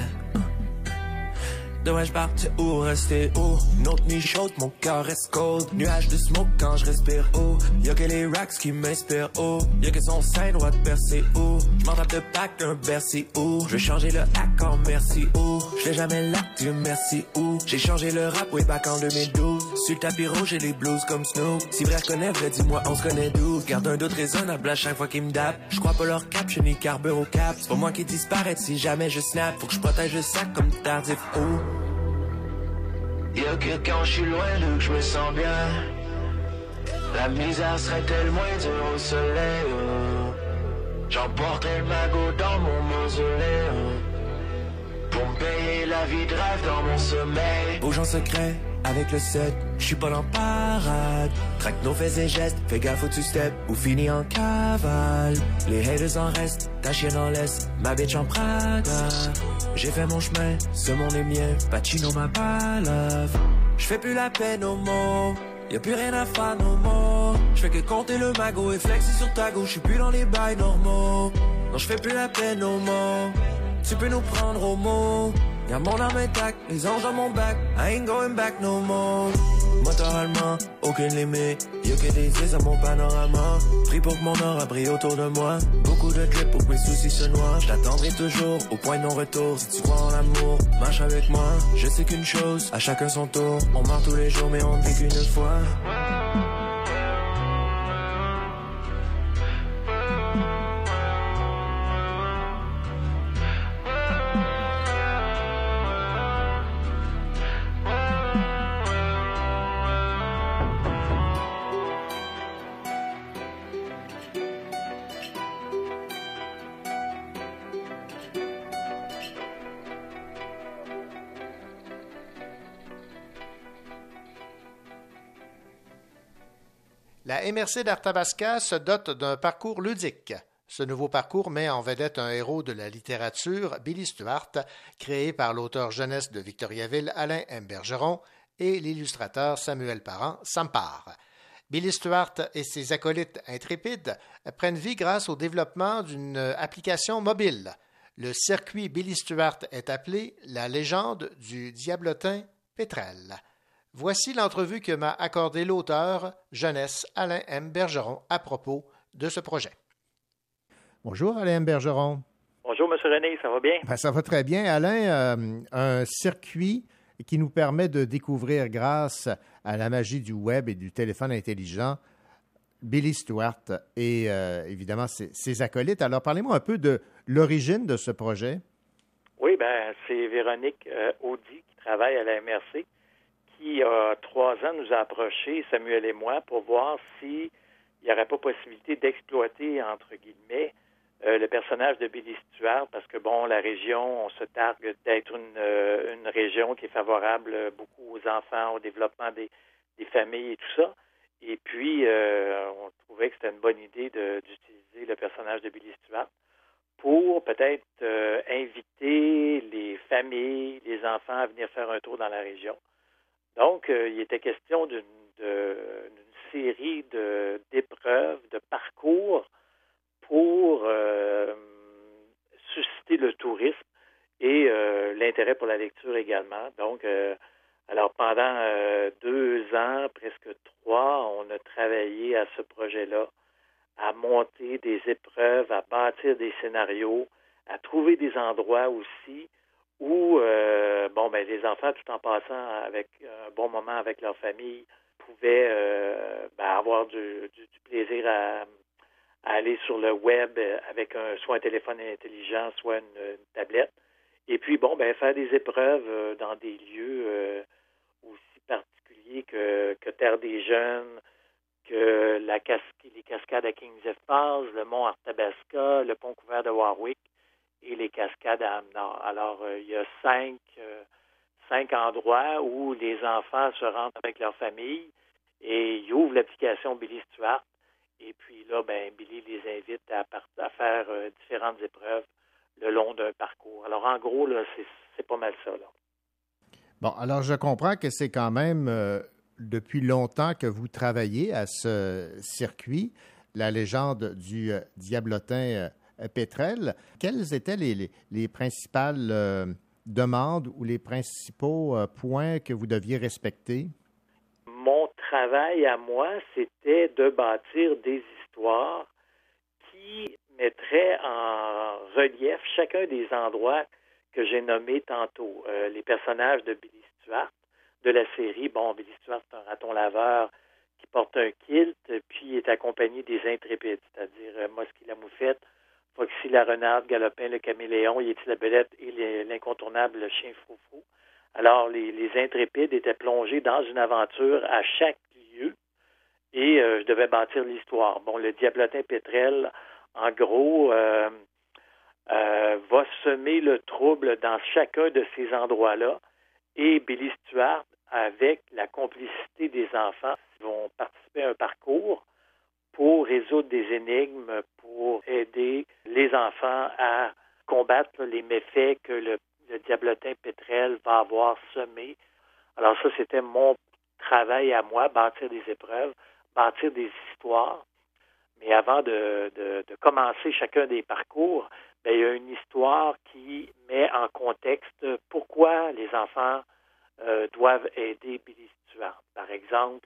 Devrais-je partir ou rester où? Une autre nuit chaude, mon cœur reste cold. Nuage de smoke quand je respire haut. Y'a que les racks qui m'inspirent haut. Y'a que son sein droit de percer haut. J'm'en tape de pack un Bercy haut. Je vais changer le hack en merci haut. J'fais jamais l'acte, Dieu merci où. J'ai changé le rap way back en 2012. Sur le tapis rouge j'ai les blues comme Snoop. Si vrai connaît vrai, dis-moi on se connaît d'où. Garde un doute raisonnable à chaque fois qu'ils me dappent. J'crois pas leur cap, je n'ai carbure au cap. C'est pas moi qui disparaît si jamais je snap. Faut que je protège le sac comme tardif haut. Y'a que quand je suis loin d'eux que je me sens bien. La misère serait tellement dure au soleil. J'emporterai le magot dans mon mausolée. Pour me payer la vie de rêve dans mon sommeil. Bouge en secret avec le set, j'suis pas dans parade. Traque nos faits et gestes, fais gaffe où tu step ou finis en cavale. Les haters en restent, ta chienne en laisse, ma bitch en Prada. J'ai fait mon chemin, ce monde est mien, Pacino ma balave. J'fais plus la peine au mot, y'a plus rien à faire no more. J'fais que compter le magot et flexer sur ta gauche, j'suis plus dans les bails normaux. Non j'fais plus la peine au mot, tu peux nous prendre au mot. Y'a mon arme intacte, les anges dans mon bac, I ain't going back no more. Motoralement, aucune limite, y'a que des yeux dans mon panorama. Prie pour que mon aura brille autour de moi. Beaucoup de drip pour que mes soucis se noient. J'attendrai toujours au point de non-retour. Si tu crois en l'amour, marche avec moi. Je sais qu'une chose, à chacun son tour. On meurt tous les jours mais on ne vit qu'une fois.
La MRC d'Arthabasca se dote d'un parcours ludique. Ce nouveau parcours met en vedette un héros de la littérature, Billy Stuart, créé par l'auteur jeunesse de Victoriaville, Alain M. Bergeron, et l'illustrateur Samuel Parent, Sampar. Billy Stuart et ses acolytes intrépides prennent vie grâce au développement d'une application mobile. Le circuit Billy Stuart est appelé la légende du diablotin pétrel. Voici l'entrevue que m'a accordée l'auteur jeunesse Alain M. Bergeron à propos de ce projet. Bonjour Alain M. Bergeron.
Bonjour M. René, ça va bien?
Ben, ça va très bien. Alain, un circuit qui nous permet de découvrir grâce à la magie du web et du téléphone intelligent Billy Stuart et évidemment ses acolytes. Alors parlez-moi un peu de l'origine de ce projet.
Oui, ben c'est Véronique Audy qui travaille à la MRC qui, il y a 3 ans, nous a approchés, Samuel et moi, pour voir s'il n'y aurait pas possibilité d'exploiter, entre guillemets, le personnage de Billy Stuart, parce que, bon, la région, on se targue d'être une région qui est favorable beaucoup aux enfants, au développement des familles et tout ça. Et puis, on trouvait que c'était une bonne idée d'utiliser le personnage de Billy Stuart pour peut-être inviter les familles, les enfants à venir faire un tour dans la région. Donc, il était question d'une série d'épreuves, de parcours pour susciter le tourisme et l'intérêt pour la lecture également. Donc, alors pendant 2 ans, presque 3, on a travaillé à ce projet-là à monter des épreuves, à bâtir des scénarios, à trouver des endroits aussi où les enfants, tout en passant avec un bon moment avec leur famille, pouvaient avoir du plaisir à aller sur le web avec soit un téléphone intelligent, soit une tablette. Et puis, faire des épreuves dans des lieux aussi particuliers que Terre des Jeunes, que les cascades à Kings Falls, le mont Arthabasca, le pont couvert de Warwick et les cascades à Amnor. Alors, il y a cinq endroits où les enfants se rendent avec leur famille et ils ouvrent l'application Billy Stuart. Et puis là, Billy les invite à faire différentes épreuves le long d'un parcours. Alors, en gros, là, c'est pas mal ça, là.
Bon, alors je comprends que c'est quand même depuis longtemps que vous travaillez à ce circuit, la légende du diablotin pétrel. Quelles étaient les principales demandes ou les principaux points que vous deviez respecter?
Mon travail à moi, c'était de bâtir des histoires qui mettraient en relief chacun des endroits que j'ai nommés tantôt. Les personnages de Billy Stuart, de la série. Billy Stuart, c'est un raton laveur qui porte un kilt, puis est accompagné des intrépides, c'est-à-dire Mosky la moufette, Foxy la renarde, Galopin le caméléon, Yeti la belette et l'incontournable chien Froufrou. Alors, les intrépides étaient plongés dans une aventure à chaque lieu et je devais bâtir l'histoire. Le diablotin pétrel, en gros, va semer le trouble dans chacun de ces endroits-là et Billy Stuart, avec la complicité des enfants, vont participer à un parcours pour résoudre des énigmes, pour aider les enfants à combattre les méfaits que le diablotin pétrel va avoir semé. Alors ça, c'était mon travail à moi, bâtir des épreuves, bâtir des histoires. Mais avant de commencer chacun des parcours, il y a une histoire qui met en contexte pourquoi les enfants doivent aider Billy Stuart. Par exemple,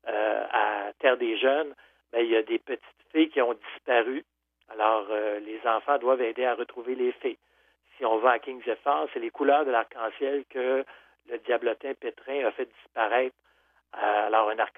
à Terre des Jeunes, il y a des petites filles qui ont disparu. Alors, les enfants doivent aider à retrouver les fées. Si on va à Kings Falls, c'est les couleurs de l'arc-en-ciel que le diablotin pétrin a fait disparaître. Alors, une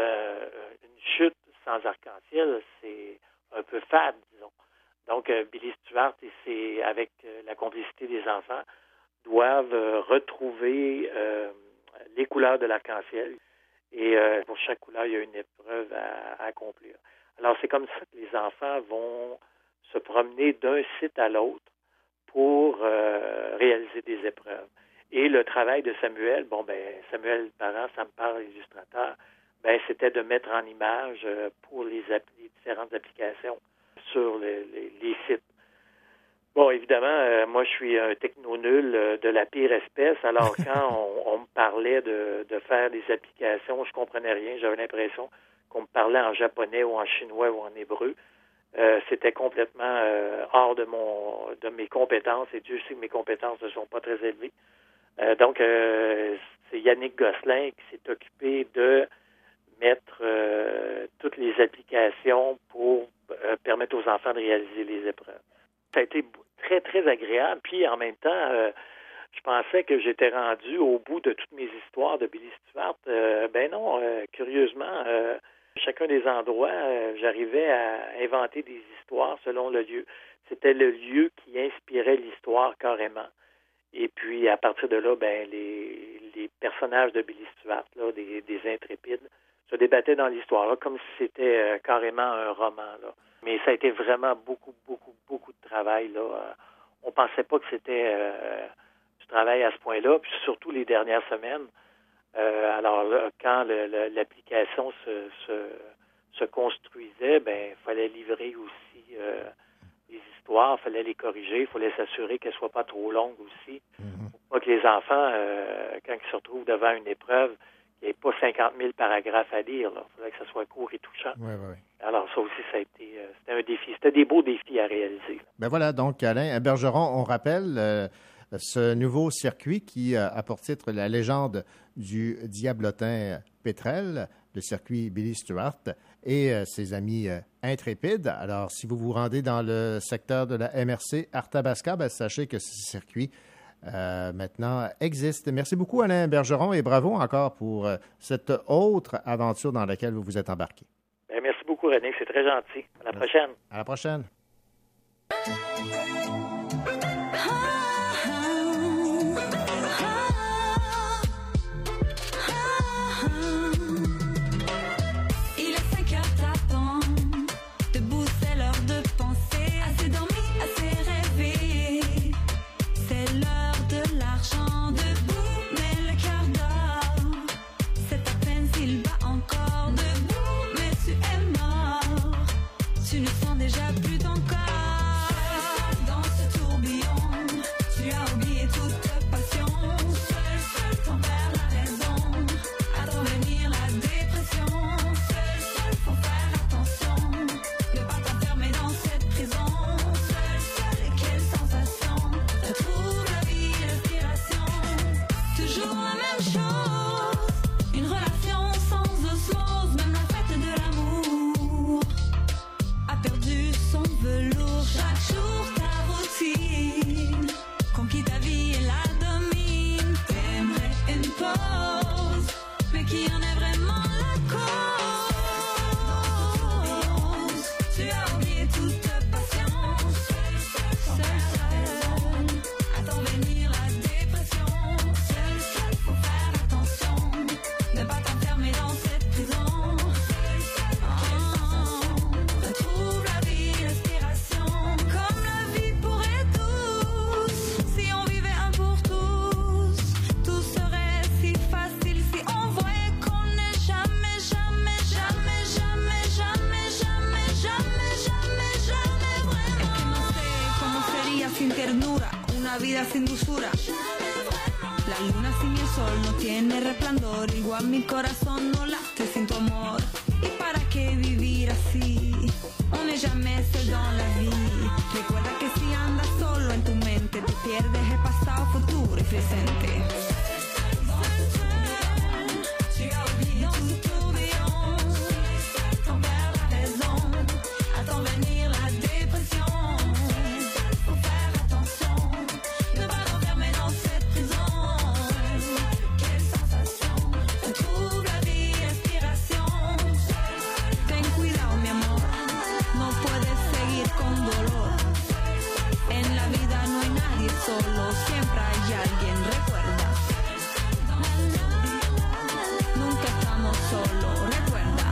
chute sans arc-en-ciel, c'est un peu fade, disons. Donc, Billy Stuart, avec la complicité des enfants, doivent retrouver les couleurs de l'arc-en-ciel. Et pour chaque couleur, il y a une épreuve à accomplir. Alors, c'est comme ça que les enfants vont se promener d'un site à l'autre pour réaliser des épreuves. Et le travail de Samuel, Samuel Parent, ça me parle, illustrateur, c'était de mettre en image pour les différentes applications sur les sites. Évidemment, moi, je suis un techno-nul de la pire espèce. Alors, quand on me parlait de faire des applications, je comprenais rien. J'avais l'impression qu'on me parlait en japonais ou en chinois ou en hébreu. C'était complètement hors de mes compétences. Et Dieu sait que mes compétences ne sont pas très élevées. Donc, c'est Yannick Gosselin qui s'est occupé de mettre toutes les applications pour permettre aux enfants de réaliser les épreuves. Ça a été très, très agréable. Puis, en même temps, je pensais que j'étais rendu au bout de toutes mes histoires de Billy Stuart. Non, curieusement, chacun des endroits, j'arrivais à inventer des histoires selon le lieu. C'était le lieu qui inspirait l'histoire carrément. Et puis, à partir de là, les personnages de Billy Stuart, là, des intrépides, se débattaient dans l'histoire, là, comme si c'était carrément un roman, là. Mais ça a été vraiment beaucoup, beaucoup, beaucoup de travail, là. On pensait pas que c'était du travail à ce point-là, puis surtout les dernières semaines. Alors là, quand l'application se construisait, il fallait livrer aussi les histoires, il fallait les corriger, il fallait s'assurer qu'elles ne soient pas trop longues aussi. Pour pas que les enfants, quand ils se retrouvent devant une épreuve, il n'y ait pas 50 000 paragraphes à lire. Il fallait que ça soit court et touchant.
Oui.
Alors, ça aussi, ça a été c'était un défi. C'était des beaux défis à réaliser.
Voilà, donc, Alain Bergeron, on rappelle ce nouveau circuit qui a pour titre la légende du diablotin pétrel, le circuit Billy Stuart. et ses amis intrépides. Alors, si vous vous rendez dans le secteur de la MRC Arthabasca, sachez que ce circuit maintenant existe. Merci beaucoup, Alain Bergeron, et bravo encore pour cette autre aventure dans laquelle vous vous êtes embarqué.
Merci beaucoup, René. C'est très gentil. À la prochaine.
À la prochaine.
Il est 5 heures tapant, debout c'est l'heure de penser, assez dormi, assez rêvé, c'est l'heure de l'argent, debout mais le cœur dort, c'est à peine s'il bat encore, debout mais tu es mort, tu ne sens déjà plus ton corps, seul dans ce tourbillon, tu as oublié toute passion, seul t'en perds la raison, à t'en venir la dépression, seul faut faire attention, ne pas t'enfermer dans cette prison, seul quelle sensation, retrouve la vie, l'inspiration, toujours la même chose, une relation sans osmose, même la fête de l'amour a perdu son velours, chaque jour ta routine conquis ta vie et la domine, t'aimerais une pause, mais qui en est vraiment la cause, tu as oublié toute patience, seul, à t'en venir la dépression, seul, faut faire attention, ne pas t'enfermer dans cette prison, retrouve la vie, l'inspiration, comme la vie pourrait tous, si on vivait un pour tous, tout serait si facile si on voyait qu'on n'est jamais, jamais, jamais, jamais, jamais, jamais, jamais, jamais, jamais vraiment. Es que no sé cómo sería sin ternura, una vida sin dulzura. La luna sin el sol no tiene resplandor, igual mi corazón no late sin tu amor. ¿Y para qué vivir así? On n'est jamais seul dans la vie. Recuerda que si andas solo en tu mente, te pierdes el pasado, futuro y presente. Tu as oublié tout tourbillon, t'en perds la raison, à t'en venir la dépression, faut faire attention, ne pas t'enfermer dans cette prison, quelle sensation, retrouve la vie, inspiration, ten cuidado mi amor, no puedes seguir con dolor, en la vida no hay nadie solo, siempre hay alguien, recuerda, nunca estamos solos, recuerda.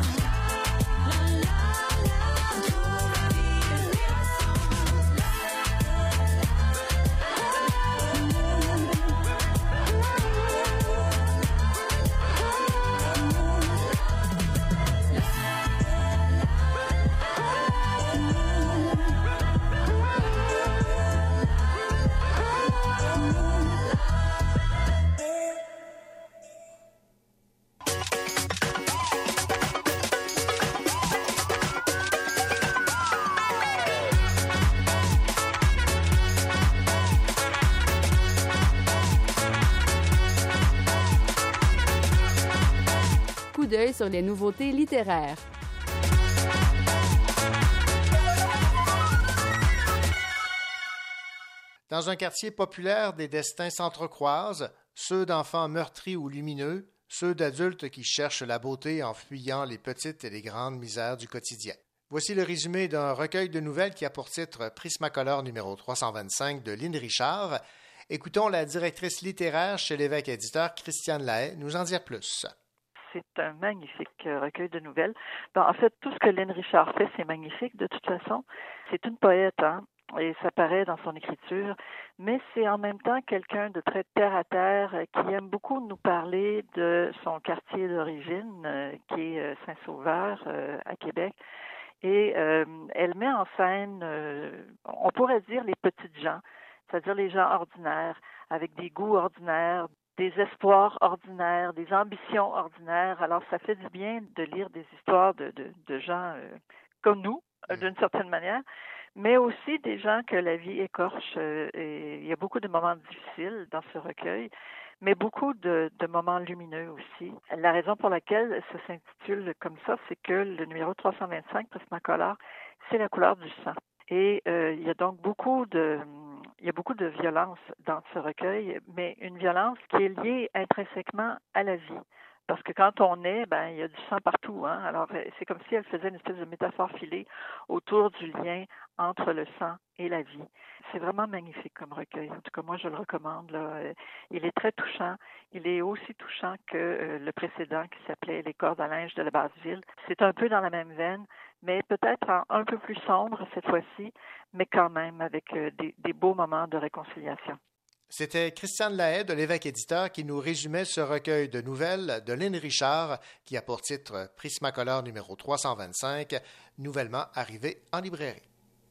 Coup d'œil sur les nouveautés littéraires.
Dans un quartier populaire, des destins s'entrecroisent, ceux d'enfants meurtris ou lumineux, ceux d'adultes qui cherchent la beauté en fuyant les petites et les grandes misères du quotidien. Voici le résumé d'un recueil de nouvelles qui a pour titre Prismacolor numéro 325 de Lynn Richard. Écoutons la directrice littéraire chez l'Évêque éditeur, Christiane Lahaye, nous en dire plus.
C'est un magnifique recueil de nouvelles. En fait, tout ce que Lynn Richard fait, c'est magnifique de toute façon. C'est une poète, hein, et ça paraît dans son écriture, mais c'est en même temps quelqu'un de très terre-à-terre qui aime beaucoup nous parler de son quartier d'origine, qui est Saint-Sauveur, à Québec. Et elle met en scène, on pourrait dire, les petites gens, c'est-à-dire les gens ordinaires, avec des goûts ordinaires, des espoirs ordinaires, des ambitions ordinaires. Alors, ça fait du bien de lire des histoires de gens comme nous, d'une certaine manière, mais aussi des gens que la vie écorche. Et il y a beaucoup de moments difficiles dans ce recueil, mais beaucoup de moments lumineux aussi. La raison pour laquelle ça s'intitule comme ça, c'est que le numéro 325, Prismacolor, c'est la couleur du sang. Et il y a donc beaucoup de violence dans ce recueil, mais une violence qui est liée intrinsèquement à la vie. Parce que quand on naît, il y a du sang partout, hein. Alors, c'est comme si elle faisait une espèce de métaphore filée autour du lien entre le sang et la vie. C'est vraiment magnifique comme recueil. En tout cas, moi, je le recommande, là. Il est très touchant. Il est aussi touchant que le précédent qui s'appelait Les cordes à linge de la Basse-Ville. C'est un peu dans la même veine, mais peut-être un peu plus sombre cette fois-ci, mais quand même avec des beaux moments de réconciliation.
C'était Christiane Lahaye de l'Évêque Éditeur qui nous résumait ce recueil de nouvelles de Lynn Richard qui a pour titre Prismacolor numéro 325, nouvellement arrivé en librairie.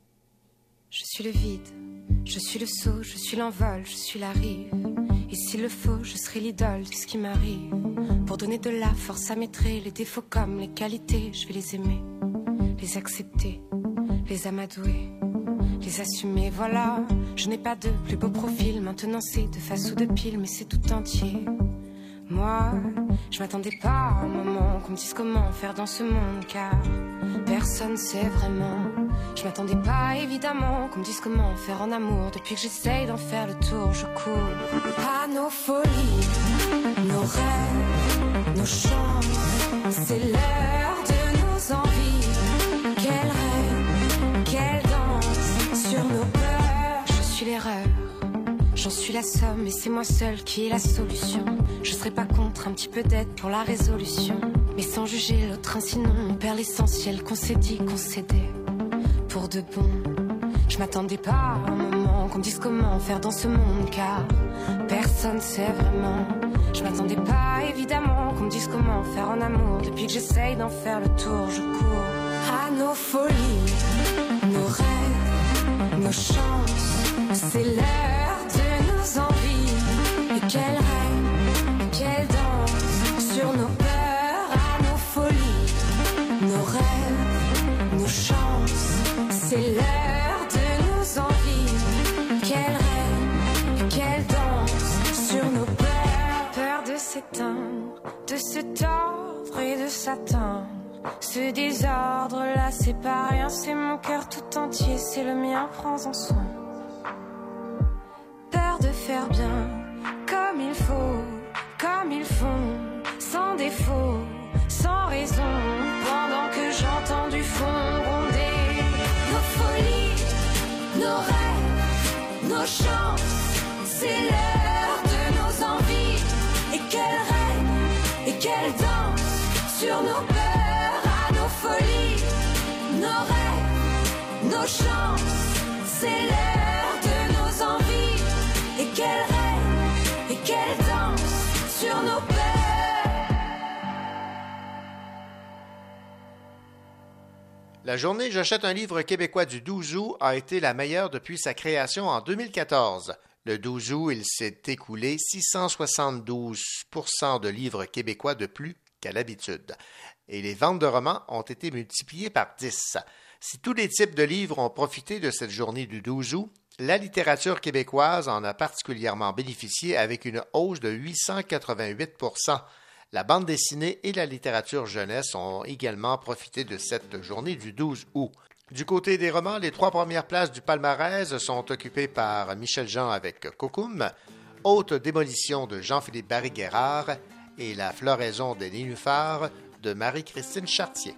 Je suis le vide, je suis le saut, je suis l'envol, je suis la rive. Et s'il le faut, je serai l'idole de ce qui m'arrive. Pour donner de la force à mes traits, les défauts comme les qualités, je vais les aimer, les accepter, les amadouer, les assumer, voilà. Je n'ai pas de plus beau profil, maintenant c'est de face ou de pile, mais c'est tout entier. Moi, je m'attendais pas à un moment qu'on me dise comment faire dans ce monde, car personne sait vraiment. Je m'attendais pas évidemment qu'on me dise comment faire en amour. Depuis que j'essaye d'en faire le tour, je cours à nos folies, nos rêves, nos chants. C'est l'heure de nos envies. Quel rêve, quelle danse sur nos peurs. Je suis l'erreur, j'en suis la somme et c'est moi seule qui est la solution. Je serais pas contre un petit peu d'aide pour la résolution, mais sans juger l'autre, sinon on perd l'essentiel qu'on s'est dit qu'on s'aidait pour de bon. Je m'attendais pas à un moment qu'on me dise comment faire dans ce monde, car personne sait vraiment. Je m'attendais pas évidemment qu'on me dise comment faire en amour. Depuis que j'essaye d'en faire le tour, je cours à nos folies, nos rêves, nos chances. C'est l'heure de nos envies. Et quel rêve, quelle danse sur nos peurs, à nos folies, nos rêves, nos chances. C'est l'heure de nos envies. Quel rêve, quelle danse sur nos peurs. Peur de s'éteindre, de se tordre et de s'atteindre. Ce désordre-là, c'est pas rien, c'est mon cœur tout entier, c'est le mien, prends-en soin. Peur de faire bien, comme il faut, comme ils font, sans défaut, sans raison, pendant que j'entends du fond gronder nos folies, nos rêves, nos chances. C'est l'heure de nos envies. Et quel rêve, et quelle danse sur nos peurs, à nos folies, nos rêves, nos chances. C'est l'heure de nos envies. Et quel rêve, et quelle danse sur nos peurs.
La journée J'achète un livre québécois du 12 août a été la meilleure depuis sa création en 2014. Le 12 août, il s'est écoulé 672 % de livres québécois de plus qu'à l'habitude. Et les ventes de romans ont été multipliées par 10. Si tous les types de livres ont profité de cette journée du 12 août, la littérature québécoise en a particulièrement bénéficié avec une hausse de 888 %. La bande dessinée et la littérature jeunesse ont également profité de cette journée du 12 août. Du côté des romans, les 3 premières places du palmarès sont occupées par Michel Jean avec Cocoum, Haute démolition de Jean-Philippe Barry-Guerrard et La floraison des nénuphars de Marie-Christine Chartier.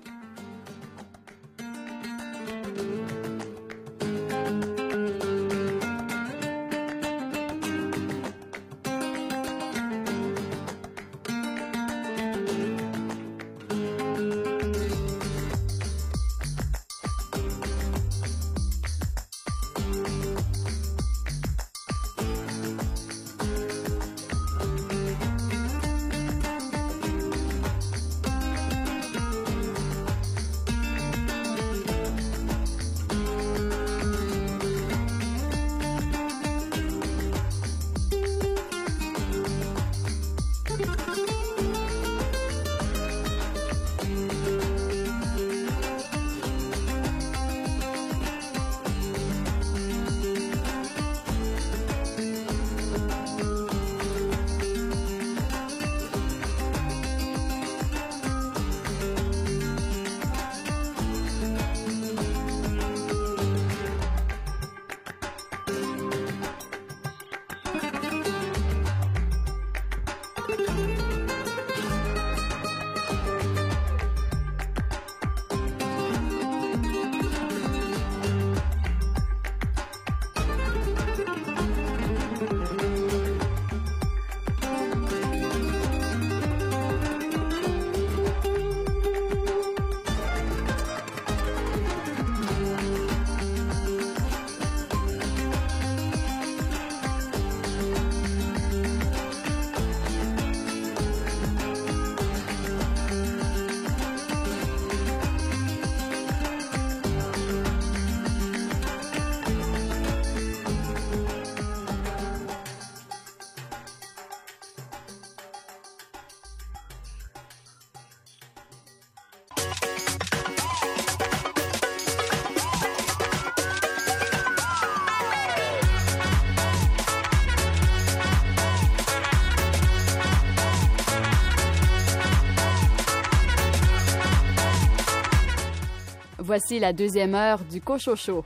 Voici la deuxième heure du Cochocho.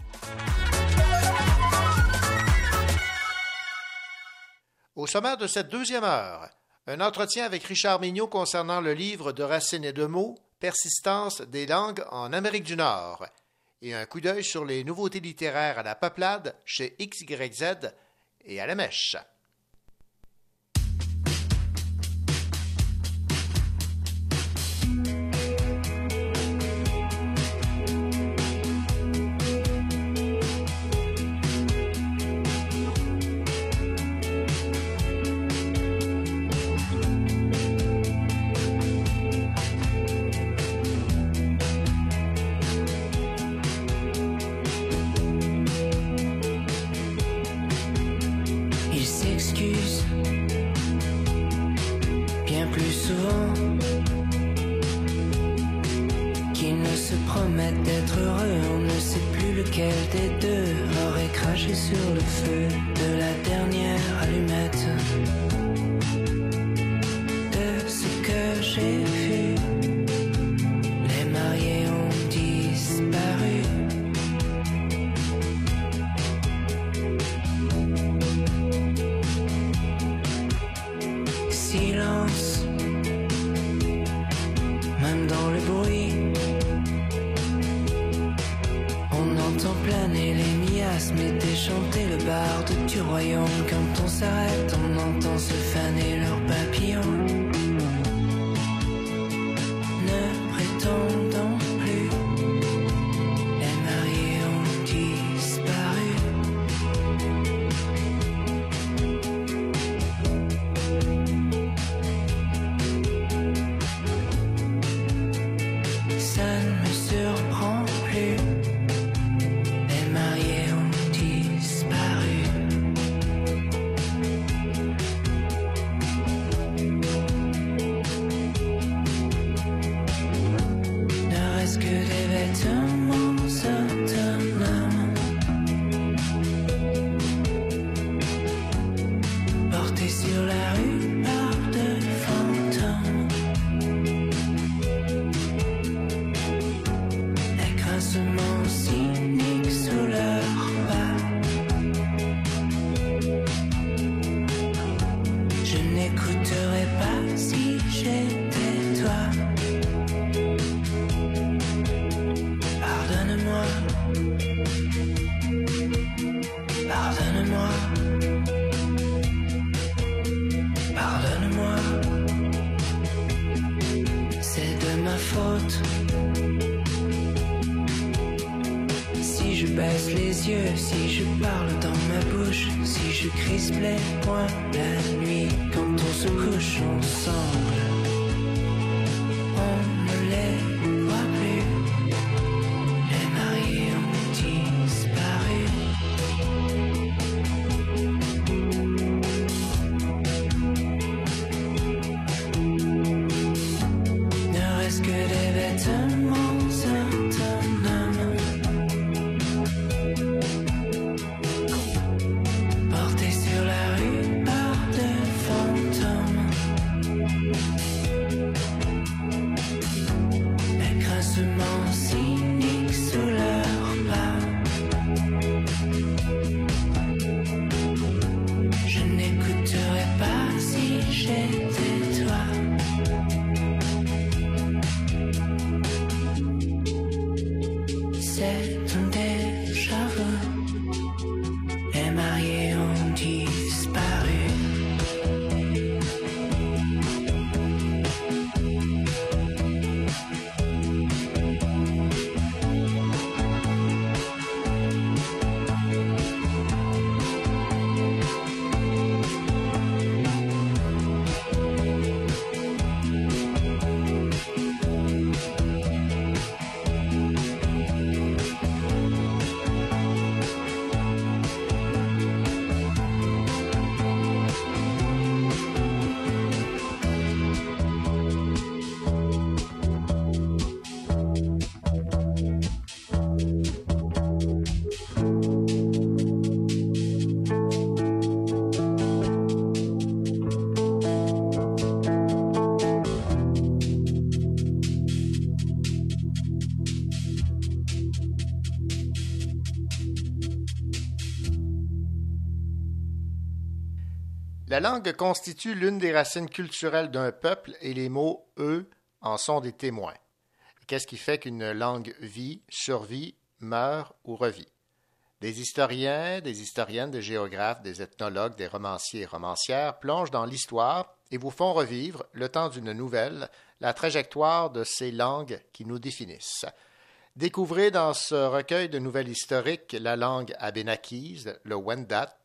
Au sommaire de cette deuxième heure, un entretien avec Richard Mignot concernant le livre de Racine et de Meaux, Persistance des langues en Amérique du Nord, et un coup d'œil sur les nouveautés littéraires à la peuplade chez XYZ et à la Mèche.
D'être heureux, on ne sait plus lequel des deux aurait craché sur le feu de la dernière allumette. De ce que j'ai vu, les mariés ont disparu. Silence, même dans le bruit. Planer les miasmes et déchanter le barde du royaume. Quand on s'arrête, on entend se faner leurs papillons. Ne prétendons plus, les mariés ont disparu. Ça ne me surprend plus. Si je parle dans ma bouche, si je crispe les poings la nuit, quand on se couche ensemble, on ne les voit plus. Les mariés ont disparu. Ne reste que des vêtements autonomes.
La langue constitue l'une des racines culturelles d'un peuple et les mots « eux » en sont des témoins. Qu'est-ce qui fait qu'une langue vit, survit, meurt ou revit? Des historiens, des historiennes, des géographes, des ethnologues, des romanciers et romancières plongent dans l'histoire et vous font revivre, le temps d'une nouvelle, la trajectoire de ces langues qui nous définissent. Découvrez dans ce recueil de nouvelles historiques la langue abénakise, le Wendat,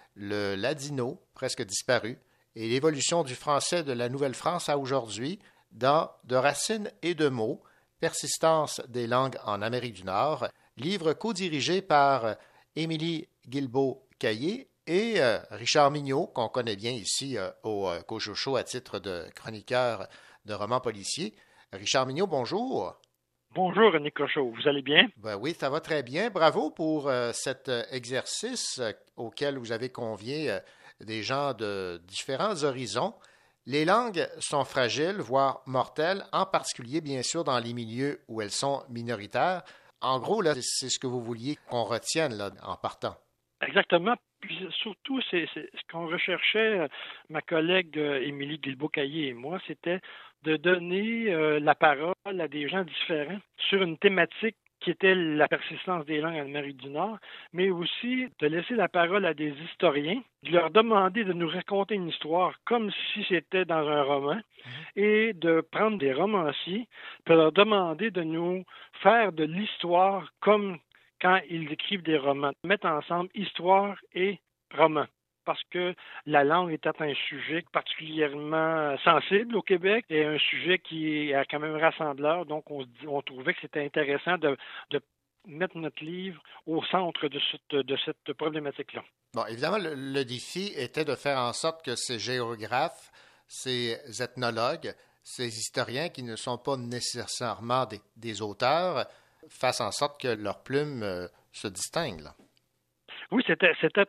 le ladino, presque disparu, et l'évolution du français de la Nouvelle-France à aujourd'hui dans De racines et de mots, persistance des langues en Amérique du Nord, livre co-dirigé par Émilie Guilbeault-Caillé et Richard Mignot, qu'on connaît bien ici au Cochocho à titre de chroniqueur de romans policiers. Richard Mignot, bonjour.
Bonjour, René Cochot. Vous allez bien?
Ben oui, ça va très bien. Bravo pour cet exercice auquel vous avez convié des gens de différents horizons. Les langues sont fragiles, voire mortelles, en particulier, bien sûr, dans les milieux où elles sont minoritaires. En gros, là, c'est ce que vous vouliez qu'on retienne là, en partant.
Exactement. Puis surtout, c'est ce qu'on recherchait, ma collègue Émilie Guilbeault-Caillé et moi, c'était de donner la parole à des gens différents sur une thématique qui était la persistance des langues en Amérique du Nord, mais aussi de laisser la parole à des historiens, de leur demander de nous raconter une histoire comme si c'était dans un roman, et de prendre des romanciers, pour leur demander de nous faire de l'histoire comme quand ils écrivent des romans, mettre ensemble histoire et roman. Parce que la langue était un sujet particulièrement sensible au Québec et un sujet qui est quand même rassembleur. Donc, on trouvait que c'était intéressant de mettre notre livre au centre de cette problématique-là.
Bon, évidemment, le défi était de faire en sorte que ces géographes, ces ethnologues, ces historiens qui ne sont pas nécessairement des auteurs, fassent en sorte que leur plume se distingue, là.
Oui, c'était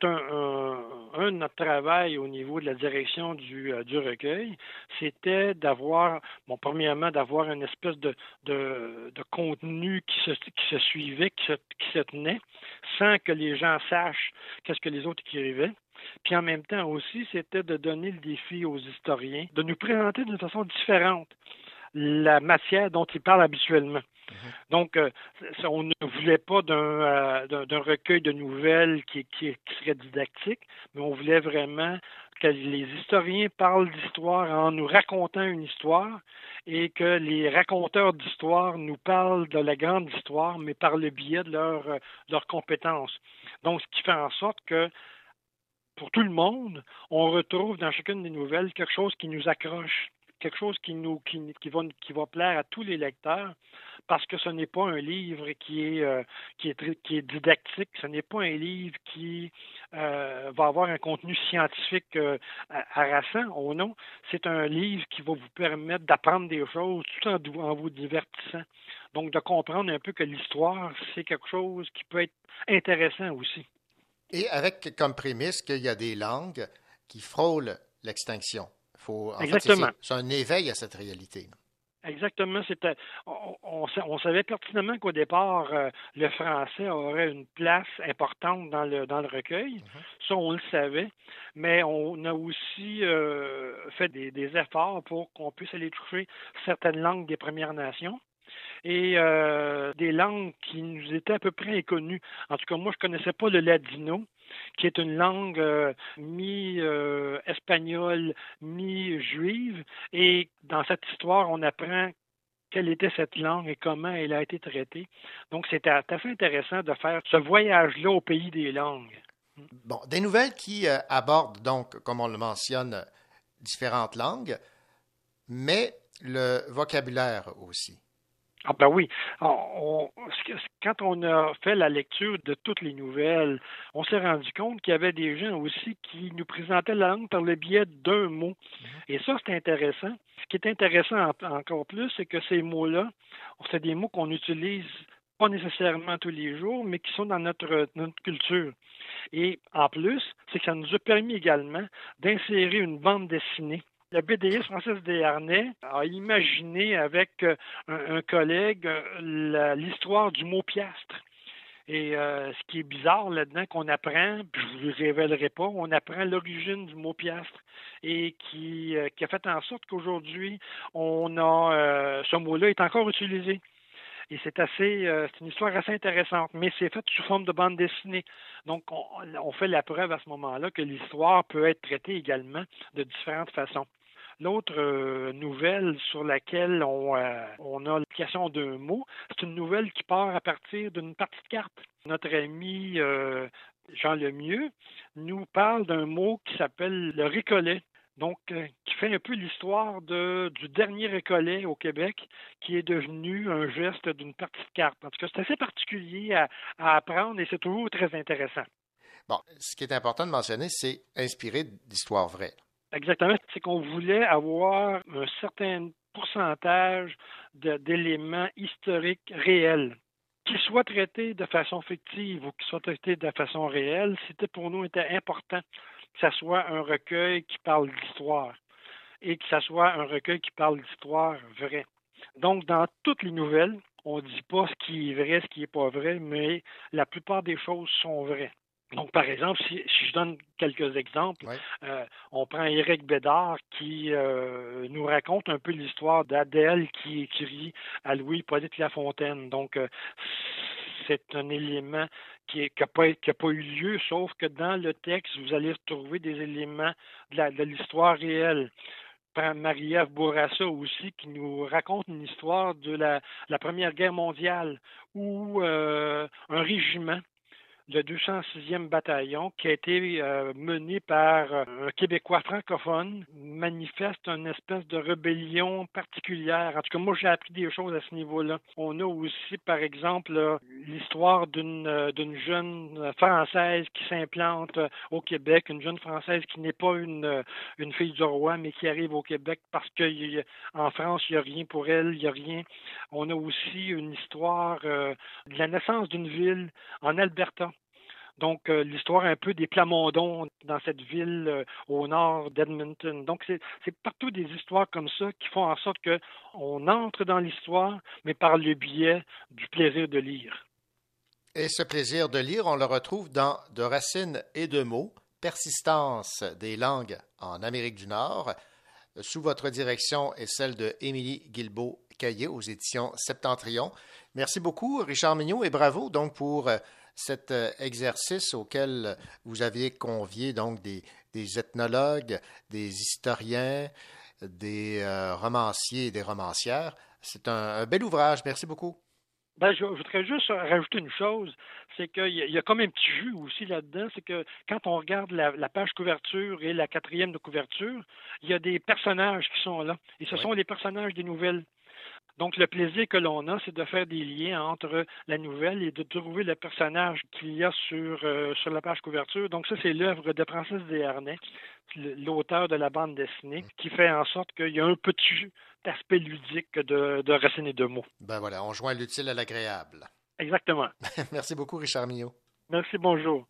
un de notre travail au niveau de la direction du recueil, c'était d'avoir, premièrement, d'avoir une espèce de contenu qui se suivait, qui se tenait, sans que les gens sachent qu'est-ce que les autres écrivaient. Puis en même temps aussi, c'était de donner le défi aux historiens, de nous présenter d'une façon différente la matière dont ils parlent habituellement. Donc, on ne voulait pas d'un recueil de nouvelles qui serait didactique, mais on voulait vraiment que les historiens parlent d'histoire en nous racontant une histoire et que les raconteurs d'histoire nous parlent de la grande histoire, mais par le biais de leurs compétences. Donc, ce qui fait en sorte que pour tout le monde, on retrouve dans chacune des nouvelles quelque chose qui nous accroche, quelque chose qui va plaire à tous les lecteurs, parce que ce n'est pas un livre qui est didactique, ce n'est pas un livre qui va avoir un contenu scientifique harassant, oh non, c'est un livre qui va vous permettre d'apprendre des choses tout en vous divertissant. Donc, de comprendre un peu que l'histoire, c'est quelque chose qui peut être intéressant aussi.
Et avec comme prémisse qu'il y a des langues qui frôlent l'extinction.
Exactement.
C'est un éveil à cette réalité.
Exactement. On savait pertinemment qu'au départ, le français aurait une place importante dans le recueil. Ça, on le savait. Mais on a aussi fait des efforts pour qu'on puisse aller toucher certaines langues des Premières Nations et des langues qui nous étaient à peu près inconnues. En tout cas, moi, je ne connaissais pas le ladino, qui est une langue mi-espagnole, mi-juive. Et dans cette histoire, on apprend quelle était cette langue et comment elle a été traitée. Donc, c'était assez intéressant de faire ce voyage-là au pays des langues.
Bon, des nouvelles qui abordent donc, comme on le mentionne, différentes langues, mais le vocabulaire aussi.
Ah ben oui. Quand on a fait la lecture de toutes les nouvelles, on s'est rendu compte qu'il y avait des gens aussi qui nous présentaient la langue par le biais d'un mot. Et ça, c'est intéressant. Ce qui est intéressant encore plus, c'est que ces mots-là, c'est des mots qu'on utilise pas nécessairement tous les jours, mais qui sont dans notre culture. Et en plus, c'est que ça nous a permis également d'insérer une bande dessinée. La BDiste Francis Desharnais a imaginé avec un collègue l'histoire du mot piastre. Et ce qui est bizarre là-dedans, qu'on apprend, puis je ne vous le révélerai pas, on apprend l'origine du mot piastre et qui a fait en sorte qu'aujourd'hui, ce mot-là est encore utilisé. Et c'est une histoire assez intéressante, mais c'est fait sous forme de bande dessinée. Donc, on fait la preuve à ce moment-là que l'histoire peut être traitée également de différentes façons. L'autre nouvelle sur laquelle on a l'application d'un mot, c'est une nouvelle qui part à partir d'une partie de cartes. Notre ami Jean Lemieux nous parle d'un mot qui s'appelle le récollet. Donc, qui fait un peu l'histoire du dernier récollet au Québec, qui est devenu un geste d'une partie de carte. En tout cas, c'est assez particulier à apprendre et c'est toujours très intéressant.
Bon, ce qui est important de mentionner, c'est inspiré d'histoires vraies.
Exactement. C'est qu'on voulait avoir un certain pourcentage d'éléments historiques réels. Qu'ils soient traités de façon fictive ou qu'ils soient traités de façon réelle, pour nous était important que ça soit un recueil qui parle d'histoire et que ça soit un recueil qui parle d'histoire vraie. Donc, dans toutes les nouvelles, on ne dit pas ce qui est vrai, ce qui n'est pas vrai, mais la plupart des choses sont vraies. Donc, par exemple, si je donne quelques exemples, on prend Éric Bédard qui nous raconte un peu l'histoire d'Adèle qui écrit à Louis-Hippolyte Lafontaine. Donc, c'est un élément qui n'a pas eu lieu, sauf que dans le texte, vous allez retrouver des éléments de l'histoire réelle. Marie-Ève Bourassa aussi, qui nous raconte une histoire de la Première Guerre mondiale, où un régiment, le 206e bataillon, qui a été mené par un Québécois francophone, manifeste une espèce de rébellion particulière. En tout cas, moi, j'ai appris des choses à ce niveau-là. On a aussi, par exemple, l'histoire d'une jeune Française qui s'implante au Québec, une jeune Française qui n'est pas une fille du roi, mais qui arrive au Québec parce qu'en France, il n'y a rien pour elle, il n'y a rien. On a aussi une histoire de la naissance d'une ville en Alberta. Donc, l'histoire un peu des Plamondons dans cette ville au nord d'Edmonton. Donc, c'est partout des histoires comme ça qui font en sorte qu'on entre dans l'histoire, mais par le biais du plaisir de lire.
Et ce plaisir de lire, on le retrouve dans De racines et de mots, persistance des langues en Amérique du Nord, sous votre direction et celle de Émilie Guilbeault-Caillé aux éditions Septentrion. Merci beaucoup, Richard Mignot, et bravo donc pour cet exercice auquel vous aviez convié donc des ethnologues, des historiens, des romanciers et des romancières. C'est un bel ouvrage. Merci beaucoup.
Je voudrais juste rajouter une chose, c'est qu'il y a comme un petit jeu aussi là-dedans, c'est que quand on regarde la page couverture et la 4e de couverture, il y a des personnages qui sont là, et ce sont les personnages des nouvelles. Donc, le plaisir que l'on a, c'est de faire des liens entre la nouvelle et de trouver le personnage qu'il y a sur la page couverture. Donc, ça, c'est l'œuvre de Francis Desharnais, l'auteur de la bande dessinée, qui fait en sorte qu'il y a un petit aspect ludique de racines et de mots.
Ben voilà, on joint l'utile à l'agréable.
Exactement.
Merci beaucoup, Richard Mignot.
Merci, bonjour.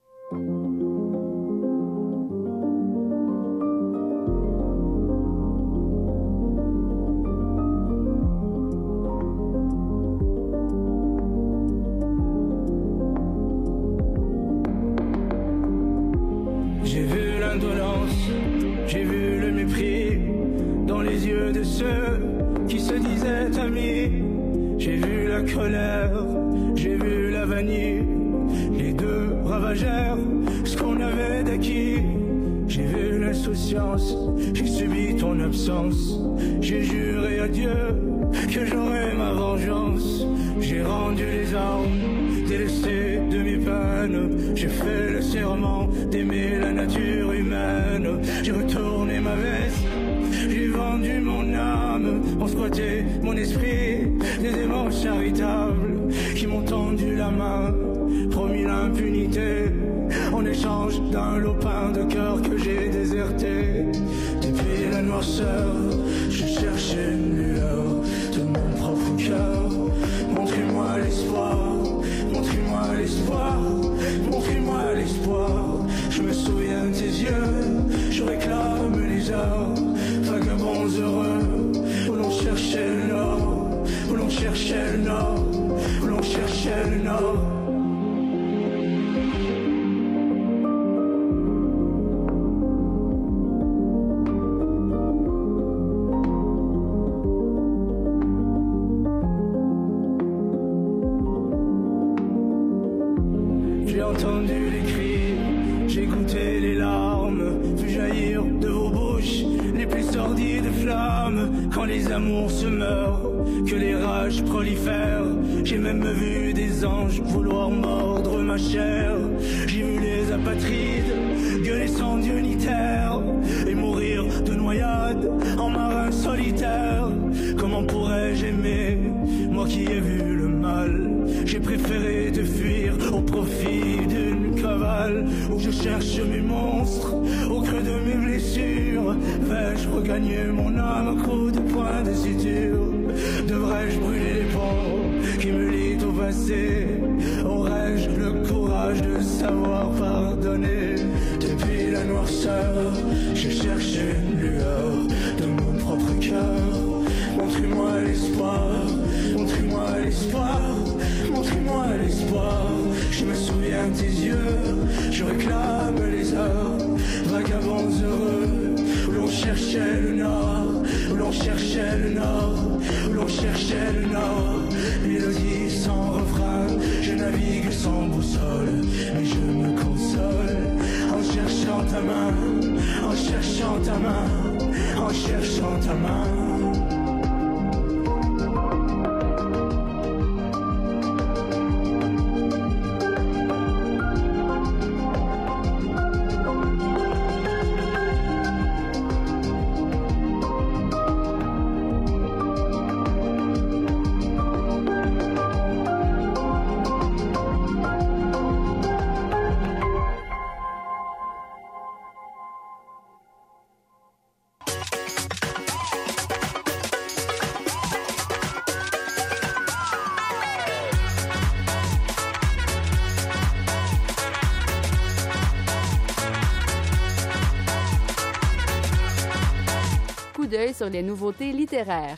J'ai vu l'indolence, j'ai vu le mépris dans les yeux de ceux qui se disaient amis. J'ai vu la colère, j'ai vu la vanille, les deux ravagèrent ce qu'on avait d'acquis. J'ai vu l'insouciance, j'ai subi ton absence, j'ai juré à Dieu que j'aurais ma vengeance. J'ai rendu les armes, délesté de mes peines, j'ai fait le serment d'aimer la nature humaine. J'ai retourné ma veste, j'ai vendu mon âme, ont squatté mon esprit, des démons charitables qui m'ont tendu la main, promis l'impunité en échange d'un lopin de cœur que j'ai déserté. Depuis la noirceur, je cherchais une lueur de mon propre cœur. Montrez-moi l'espoir, montrez-moi l'espoir, montrez-moi l'espoir. Je me souviens de tes yeux, je réclame les heures, vagabonds heureux, où l'on cherchait le nord, où l'on cherchait le nord, où l'on cherchait le nord.
cris de flamme quand les amours se meurent, que les rages prolifèrent. J'ai même vu des anges vouloir mordre ma chair. J'ai vu les apatrides gueuler sans Dieu ni terre et mourir de noyade en marin solitaire. Comment pourrais-je aimer, moi qui ai vu le mal? J'ai préféré te fuir au profit d'une cavale où je cherche mes monstres au creux de mes blessures. Vais-je regagner mon âme à coups de poing de suture? Devrais-je brûler les ponts qui me lient au passé? Aurais-je le courage de savoir pardonner? Depuis la noirceur, j'ai cherché une lueur de mon propre cœur. Montrez-moi l'espoir, montrez-moi l'espoir, montrez-moi l'espoir. Je me souviens de tes yeux, je réclame les heures, vagabonds heureux, où l'on cherchait le nord, où l'on cherchait le nord, où l'on cherchait le nord. Mélodie sans refrain, je navigue sans boussole, mais je me console en cherchant ta main, en cherchant ta main, en cherchant ta main.
D'œil sur les nouveautés littéraires.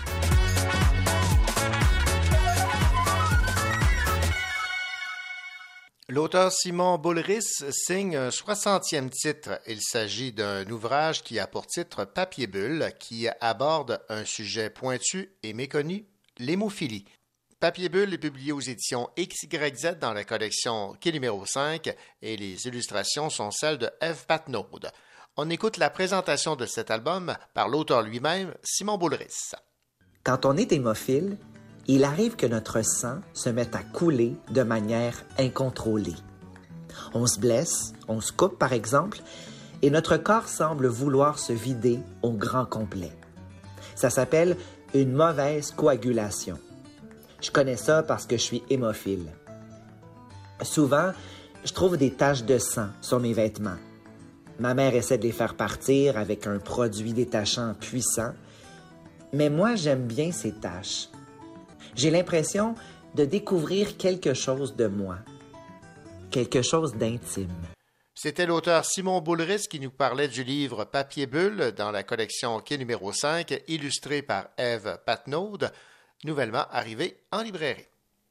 L'auteur Simon Boulris signe un 60e titre. Il s'agit d'un ouvrage qui a pour titre Papier Bulle, qui aborde un sujet pointu et méconnu, l'hémophilie. Papier Bulle est publié aux éditions XYZ dans la collection Quai numéro 5 et les illustrations sont celles de Eve Patnaud. On écoute la présentation de cet album par l'auteur lui-même, Simon Boulris.
Quand on est hémophile, il arrive que notre sang se mette à couler de manière incontrôlée. On se blesse, on se coupe par exemple, et notre corps semble vouloir se vider au grand complet. Ça s'appelle une mauvaise coagulation. Je connais ça parce que je suis hémophile. Souvent, je trouve des taches de sang sur mes vêtements. Ma mère essaie de les faire partir avec un produit détachant puissant, mais moi, j'aime bien ces taches. J'ai l'impression de découvrir quelque chose de moi, quelque chose d'intime.
C'était l'auteur Simon Boulris qui nous parlait du livre Papier Bulle dans la collection Quai numéro 5, illustré par Eve Patnaud, nouvellement arrivé en librairie.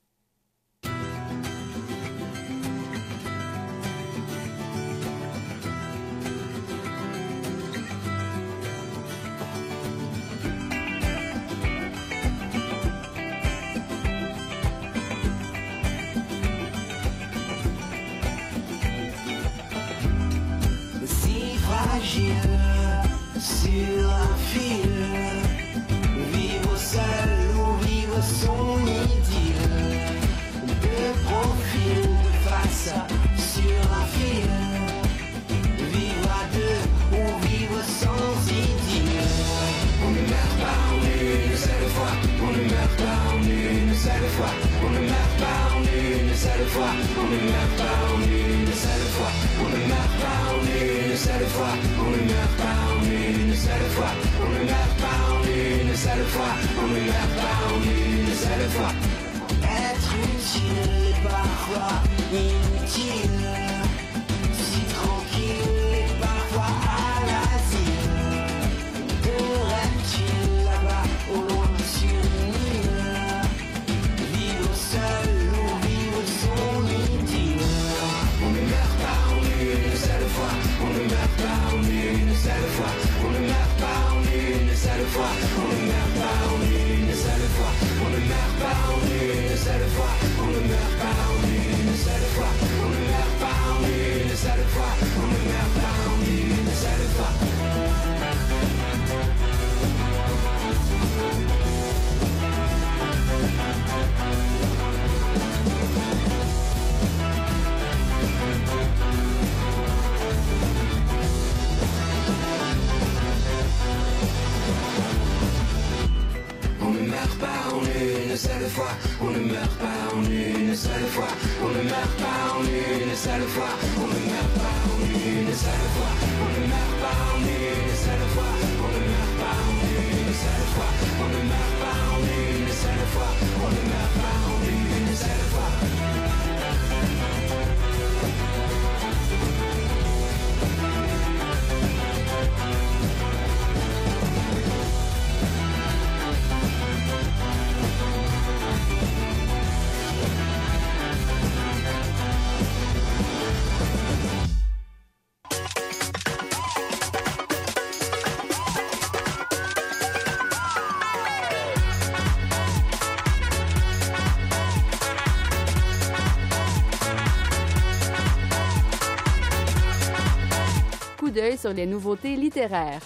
Sur un fil, vivre seul ou vivre son idylle, de profil, de face sur un fil, vivre à deux ou vivre sans idylle. On ne meurt pas en une seule fois, on ne meurt pas en une seule fois, on ne meurt pas en une seule fois, on ne meurt pas en une seule fois, on ne meurt pas en une seule fois, on ne meurt pas en une seule fois, on ne meurt pas en une seule fois, on ne meurt pas en une seule fois. Être utile est parfois inutile, si tranquille et parfois à l'asile. Que rêve-t-il là-bas au loin sur une île? Vivre seul ou vivre son idylle. On ne meurt pas en une seule fois, on ne meurt pas en une seule fois, on ne meurt pas en une seule fois, on ne meurt pas en une seule fois, on ne meurt pas en une seule fois, on ne meurt pas en une seule fois.
seule fois. On ne meurt pas en une seule fois. On ne meurt pas en une seule fois. On ne meurt pas en une seule fois. On ne meurt pas en une seule fois. On ne meurt pas en une seule fois. On ne meurt pas en une seule fois. On ne meurt pas en une seule fois.
Coup d'œil sur les nouveautés littéraires.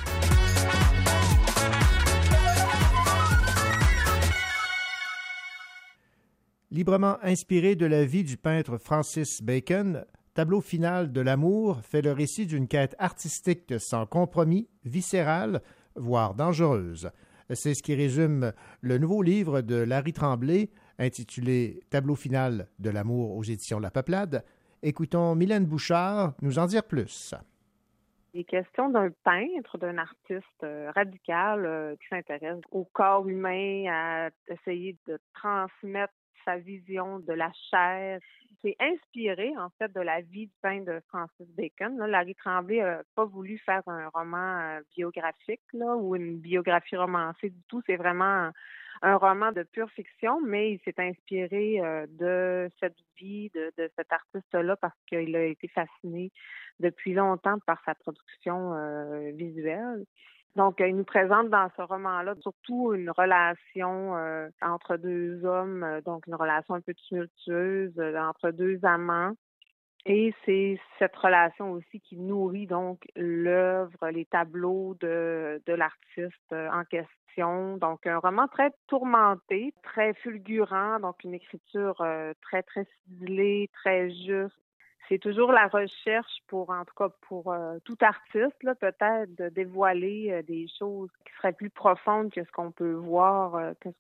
Librement inspiré de la vie du peintre Francis Bacon, Tableau final de l'amour fait le récit d'une quête artistique sans compromis, viscérale, voire dangereuse. C'est ce qui résume le nouveau livre de Larry Tremblay, intitulé Tableau final de l'amour aux éditions La Peuplade. Écoutons Mylène Bouchard nous en dire plus.
Il est question d'un peintre, d'un artiste radical qui s'intéresse au corps humain, à essayer de transmettre sa vision de la chair. C'est inspiré, en fait, de la vie du peintre de Francis Bacon. Là, Larry Tremblay n'a pas voulu faire un roman biographique là, ou une biographie romancée du tout. C'est vraiment un roman de pure fiction, mais il s'est inspiré de cette vie, de cet artiste-là, parce qu'il a été fasciné depuis longtemps par sa production visuelle. Donc, il nous présente dans ce roman-là surtout une relation entre deux hommes, donc une relation un peu tumultueuse entre deux amants. Et c'est cette relation aussi qui nourrit donc l'œuvre, les tableaux de l'artiste en question. Donc, un roman très tourmenté, très fulgurant, donc une écriture très, très ciselée, très juste. C'est toujours la recherche pour, en tout cas pour tout artiste, là, peut-être de dévoiler des choses qui seraient plus profondes que ce qu'on peut voir,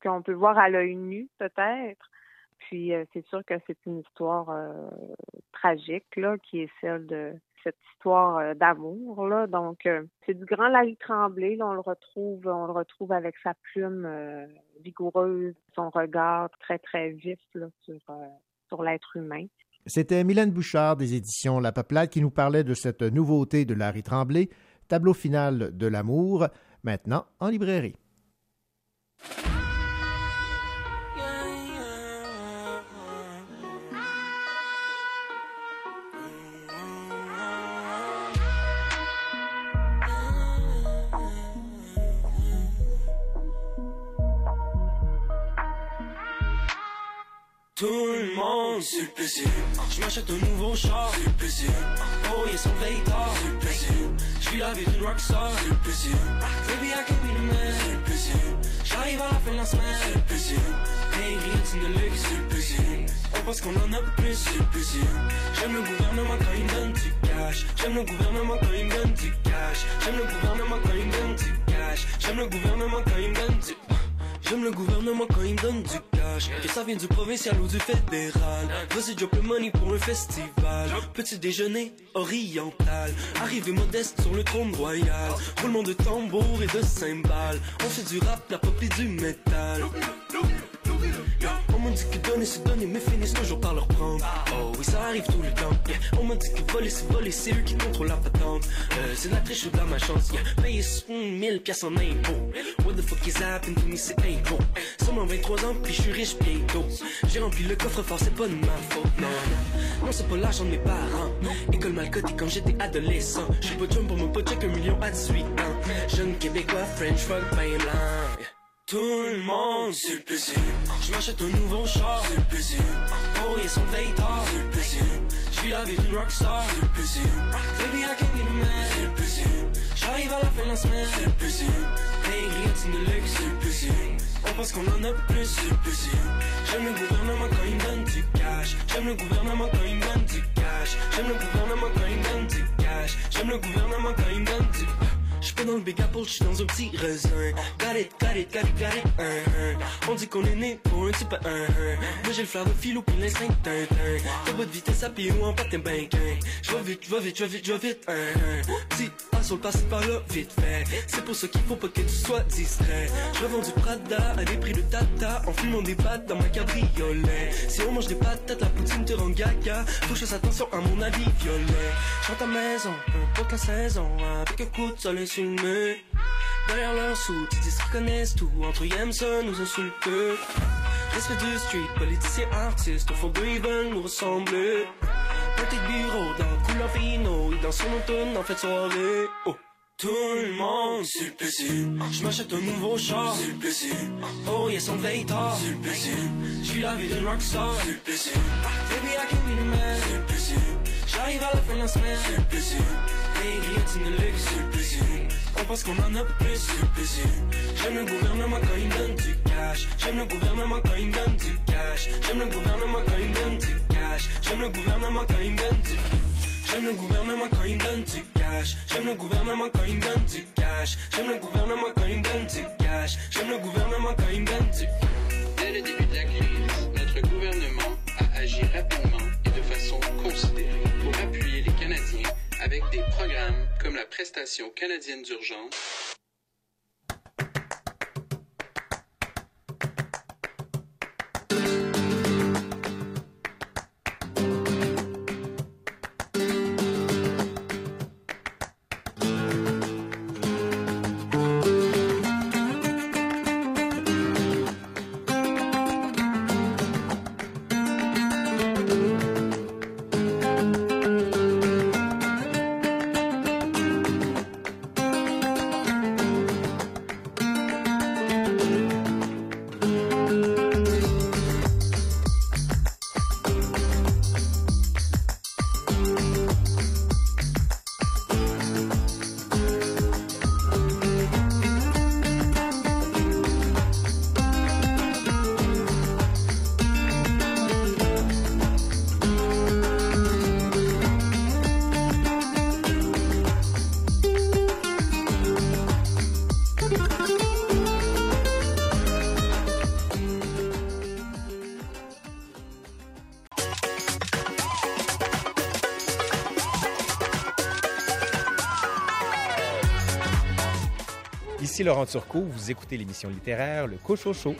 à l'œil nu, peut-être. Puis c'est sûr que c'est une histoire tragique, là, qui est celle de cette histoire d'amour, là. Donc c'est du grand Larry Tremblay, là, on le retrouve avec sa plume vigoureuse, son regard très très vif là, sur l'être humain.
C'était Mylène Bouchard des éditions La Peuplade qui nous parlait de cette nouveauté de Larry Tremblay, Tableau final de l'amour, maintenant en librairie.
Tout le monde, c'est le plaisir. Je m'achète un nouveau char, c'est le plaisir. Oh, y'a son veille tard, c'est le plaisir. Je vis la vie d'une rockstar, c'est le plaisir. Baby, I can be the man, c'est le plaisir. J'arrive à la fin de la semaine, c'est le plaisir. Hey, rien de luxe, c'est le plaisir. On pense qu'on en a plus, c'est le plaisir. J'aime le gouvernement quand il me donne du cash. J'aime le gouvernement quand il me donne du cash. J'aime le gouvernement quand il me donne du cash. J'aime le gouvernement quand il me donne du... J'aime le gouvernement quand il me donne du cash. Que ça vienne du provincial ou du fédéral. Vas-y, drop le money pour un festival. Petit déjeuner oriental. Arrivée modeste sur le trône royal. Roulement de tambour et de cymbales. On fait du rap, la pop et du métal. On m'a dit que donner c'est donner, mais finissent toujours par leur prendre. Oh oui, ça arrive tout le temps. Yeah. On m'a dit que voler, c'est eux qui contrôlent la patente. C'est de la triche ou de la malchance. Yeah. Payer 1000 piastres en impôts. What the fuck is happening to me, c'est impôt. Seulement 23 ans, puis je suis riche bientôt. J'ai rempli le coffre-fort, c'est pas de ma faute, non. Non, c'est pas l'argent de mes parents. École mal cotée quand j'étais adolescent. J'suis pas chum pour mon pote, check 1 million à 18 ans. Jeune québécois, French fuck, ben blanc. Tout le monde, c'est le plaisir. Je m'achète un nouveau char, c'est le plaisir. Oh, y'a son veille tard, c'est le plaisir. J'vis la vie d'une rockstar, c'est le plaisir. Baby, I can be the man, c'est le plaisir. J'arrive à la fin de la semaine, c'est le plaisir. Hey, rien de luxe, c'est le plaisir. On pense qu'on en a plus, c'est le plaisir. J'aime le gouvernement quand il me donne du cash. J'aime le gouvernement quand il me donne du cash. J'aime le gouvernement quand il me donne du cash. J'aime le gouvernement quand il me donne du...
J'suis pas dans le Big Apple, j'suis dans un petit raisin. Got it, got it, got it, got it, On dit qu'on est né pour un super Moi j'ai le flair de philo pis l'instinct Tintin. T'as pas de vitesse à pied ou en patin banquin. J'vais vite, j'vais vite, j'vais vite, j'vais vite Petit pas sur le passé par là, vite fait. C'est pour ça qu'il faut pas que tu sois distrait. J'vais vendre du Prada à des prix de tata en fumant des pattes dans ma cabriolet. Si on mange des patates, la poutine te rend gaga. Faut que je fasse attention à mon avis violet. J'rentre à maison, un peu qu'à 16 ans, avec un coup de soleil sur le mur. Derrière leur sous, ils disent qu'ils connaissent tout. Entre eux, ils aiment ça, nous insultent. Respect du street, politiciens, artistes, au fond d'eux, ils veulent nous ressembler. Petit bureau dans couleur vino, et dans son automne, en fait soirée. Oh. Tout le monde sur le PC. J'm'achète un nouveau char sur le PC. Oh yes, on veille tard sur le PC. J'vis la vie d'un rockstar sur le PC. Baby, I can be the man sur le PC. J'arrive à la fin de la semaine sur le PC. Lady, it's in the legs sur le PC. On pense qu'on en a plus sur le PC. J'aime le gouvernement quand il donne du cash. J'aime le gouvernement quand il donne du cash. J'aime le gouvernement quand il donne du cash. J'aime le gouvernement quand il donne du cash. J'aime le gouvernement quand il donne du cash. J'aime le gouvernement quand il donne du cash. J'aime le gouvernement quand il donne du cash. J'aime le gouvernement quand il donne du cash.
Dès le début de la crise, notre gouvernement a agi rapidement et de façon considérée pour appuyer les Canadiens avec des programmes comme la prestation canadienne d'urgence.
Ici Laurent Turcot, vous écoutez l'émission littéraire Le Cochocho.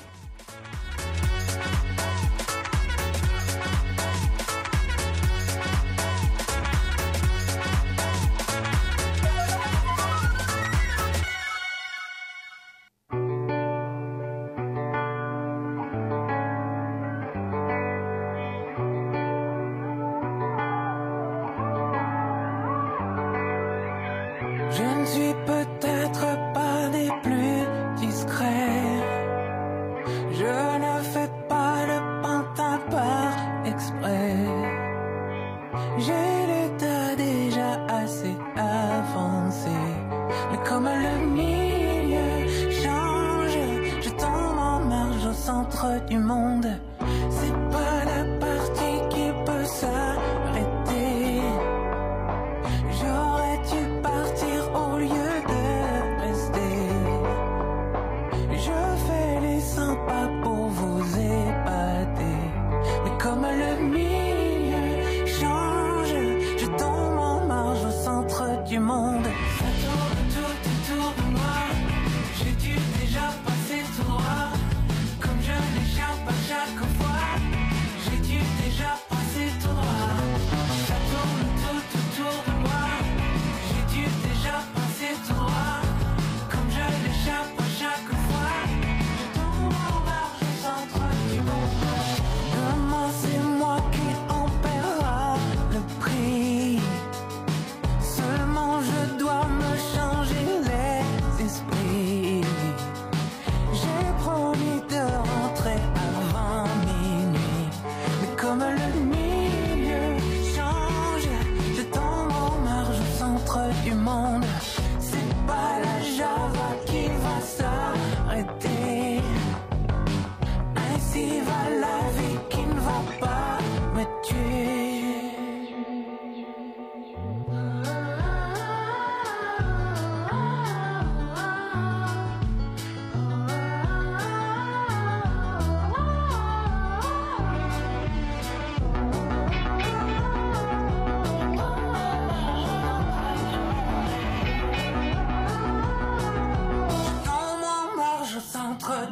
Je ne suis peut-être pas des plus discrets. Je ne fais pas le pantin par exprès. J'ai l'état déjà assez avancé. Mais comme le milieu change, je tombe en marge au centre du monde. C'est pas la partie qui peut s'arrêter. J'aurais dû partir au lieu de rester. Je fais les 100 pas pour vous épater. Mais comme le milieu change, je tombe en marge au centre du monde. Ça tourne tout autour de moi. J'ai dû déjà passer tout droit. Comme je l'échappe à chaque fois.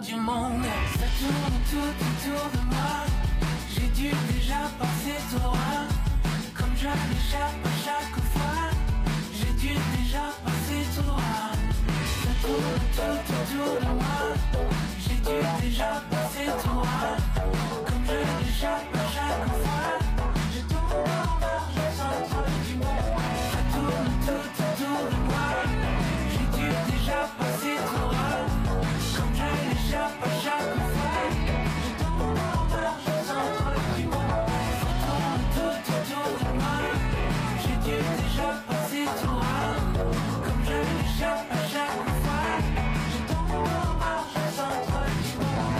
du monde. Ça tourne tout autour de moi. J'ai dû déjà passer tout droit. Comme je m'échappe à chaque fois. J'ai dû déjà passer tout droit. Ça tourne tout autour de moi. J'ai dû déjà passer tout droit. Comme je m'échappe à chaque fois. Je tombe en bas, je centre du monde. Ça tourne tout autour de moi. J'ai dû déjà passer tout droit. Comme je m'échappe à chaque fois. Je tombe en bas, je centre du monde. Ça tourne tout autour de moi. J'ai dû déjà passer tout droit. Comme je m'échappe à chaque fois. Je tombe en bas, je centre du monde.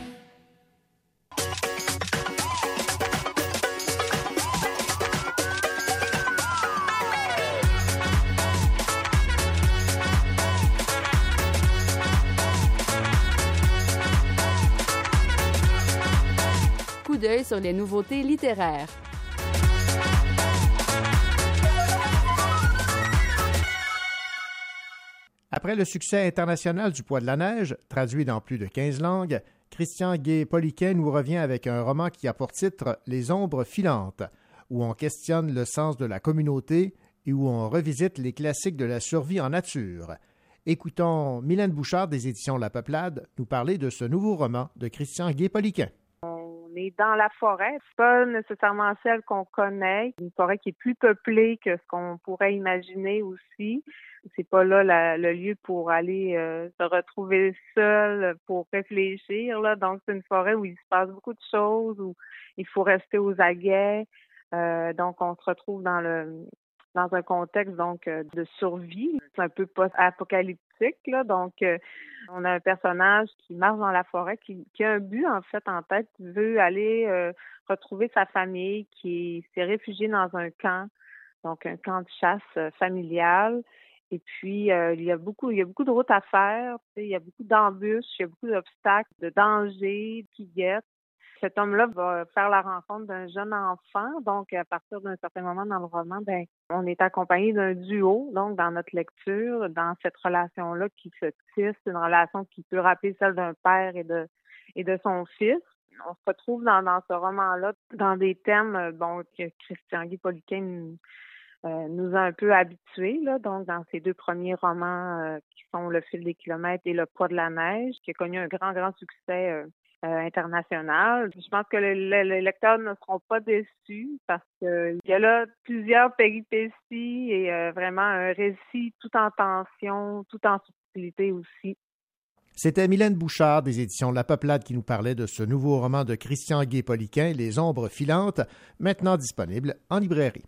Coup d'œil sur les nouveautés littéraires.
Après le succès international du Poids de la neige, traduit dans plus de 15 langues, Christian Guay-Poliquin nous revient avec un roman qui a pour titre « Les ombres filantes », où on questionne le sens de la communauté et où on revisite les classiques de la survie en nature. Écoutons Mylène Bouchard des éditions La Peuplade nous parler de ce nouveau roman de Christian Guay-Poliquin.
On est dans la forêt, c'est pas nécessairement celle qu'on connaît, une forêt qui est plus peuplée que ce qu'on pourrait imaginer aussi. C'est pas là le lieu pour aller se retrouver seul pour réfléchir là. Donc c'est une forêt où il se passe beaucoup de choses, où il faut rester aux aguets. Donc on se retrouve dans un contexte donc de survie, c'est un peu post-apocalyptique là. Donc on a un personnage qui marche dans la forêt, qui a un but en fait en tête, qui veut aller retrouver sa famille, qui s'est réfugié dans un camp, donc un camp de chasse familial. Et puis il y a beaucoup de routes à faire, il y a beaucoup d'embûches, il y a beaucoup d'obstacles, de dangers qui guettent. Cet homme-là va faire la rencontre d'un jeune enfant. Donc, à partir d'un certain moment dans le roman, on est accompagné d'un duo, donc dans notre lecture, dans cette relation-là qui se tisse, une relation qui peut rappeler celle d'un père et de son fils. On se retrouve dans ce roman-là, dans des thèmes que Christian Guay-Poliquin nous a un peu habitués, là, donc dans ses deux premiers romans qui sont Le fil des kilomètres et Le poids de la neige, qui a connu un grand succès international. Je pense que les lecteurs ne seront pas déçus parce qu'il y a là plusieurs péripéties et vraiment un récit tout en tension, tout en subtilité aussi.
C'était Mylène Bouchard des éditions La Peuplade qui nous parlait de ce nouveau roman de Christian Guay-Poliquin, Les ombres filantes, maintenant disponible en librairie.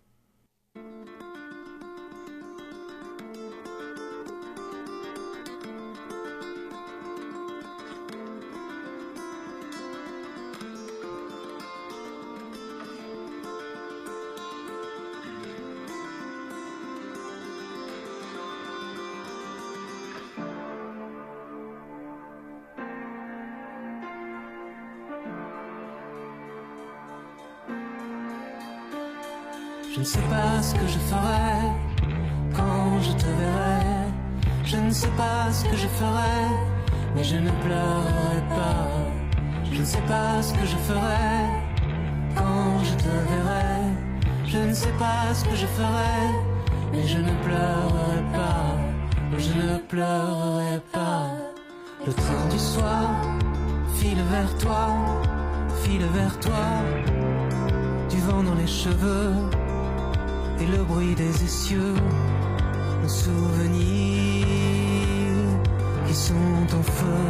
Je ne sais pas ce que je ferai quand je te verrai. Je ne sais pas ce que je ferai, mais je ne pleurerai pas. Je ne sais pas ce que je ferai quand je te verrai. Je ne sais pas ce que je ferai, mais je ne pleurerai pas. Je ne pleurerai pas. Le train du soir file vers toi, file vers toi. Du vent dans les cheveux et le bruit des essieux, nos souvenirs qui sont en feu.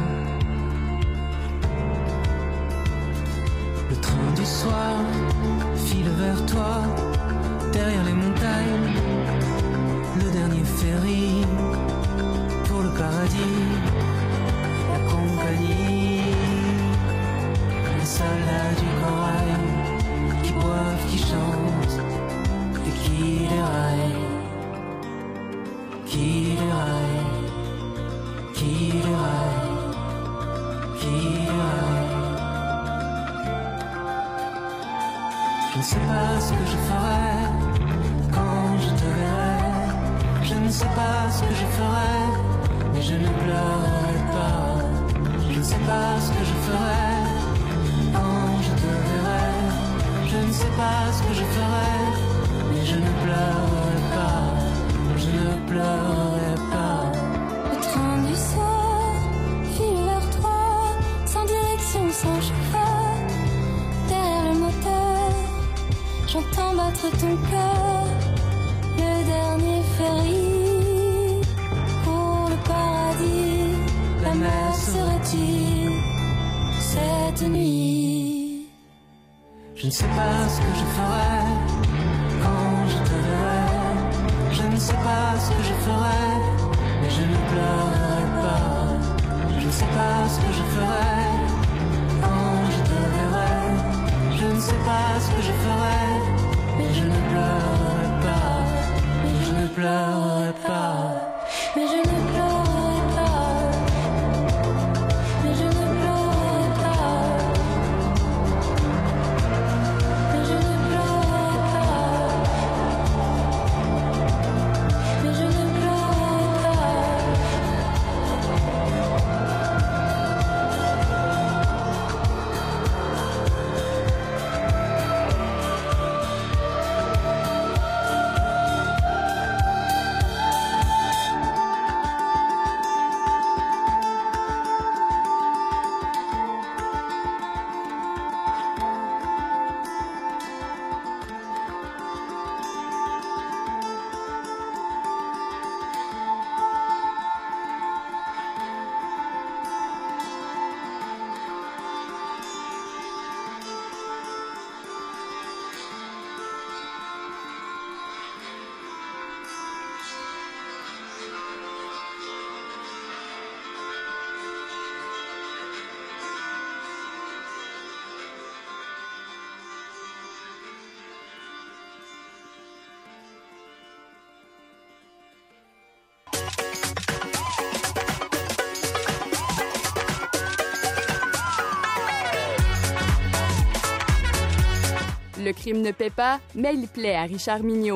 Le train du soir file vers toi, derrière les montagnes, le dernier ferry pour le paradis, la compagnie, les soldats du corail qui boivent, qui chantent et qui déraillent, qui déraillent, qui déraillent, qui déraillent. Je ne sais pas ce que je ferai quand je te verrai. Je ne sais pas ce que je ferai, mais je ne pleurerai pas. Je ne
ne sais pas ce que je ferai quand je te verrai. Je ne sais pas ce que je ferai, mais je ne pleurerai pas. Je ne pleurerai pas.
Le train du soir file vers toi, sans direction, sans chauffeur. Derrière le moteur, j'entends battre ton cœur. Le dernier ferry pour le paradis. La mer serait-il cette nuit?
Je ne sais pas ce que je ferai quand je te verrai. Je ne sais pas ce que je ferai, mais je ne pleurerai pas. Je ne sais pas ce que je ferai quand je te verrai. Je ne sais pas ce que je ferai, mais je ne pleurerai pas. Mais je ne pleurerai pas.
Mais je ne pleurerai pas. Mais je ne pleurerai pas. Mais je ne pleurerai pas. Mais je ne pleurerai pas.
Le crime ne paie pas, mais il plaît à Richard Mignot.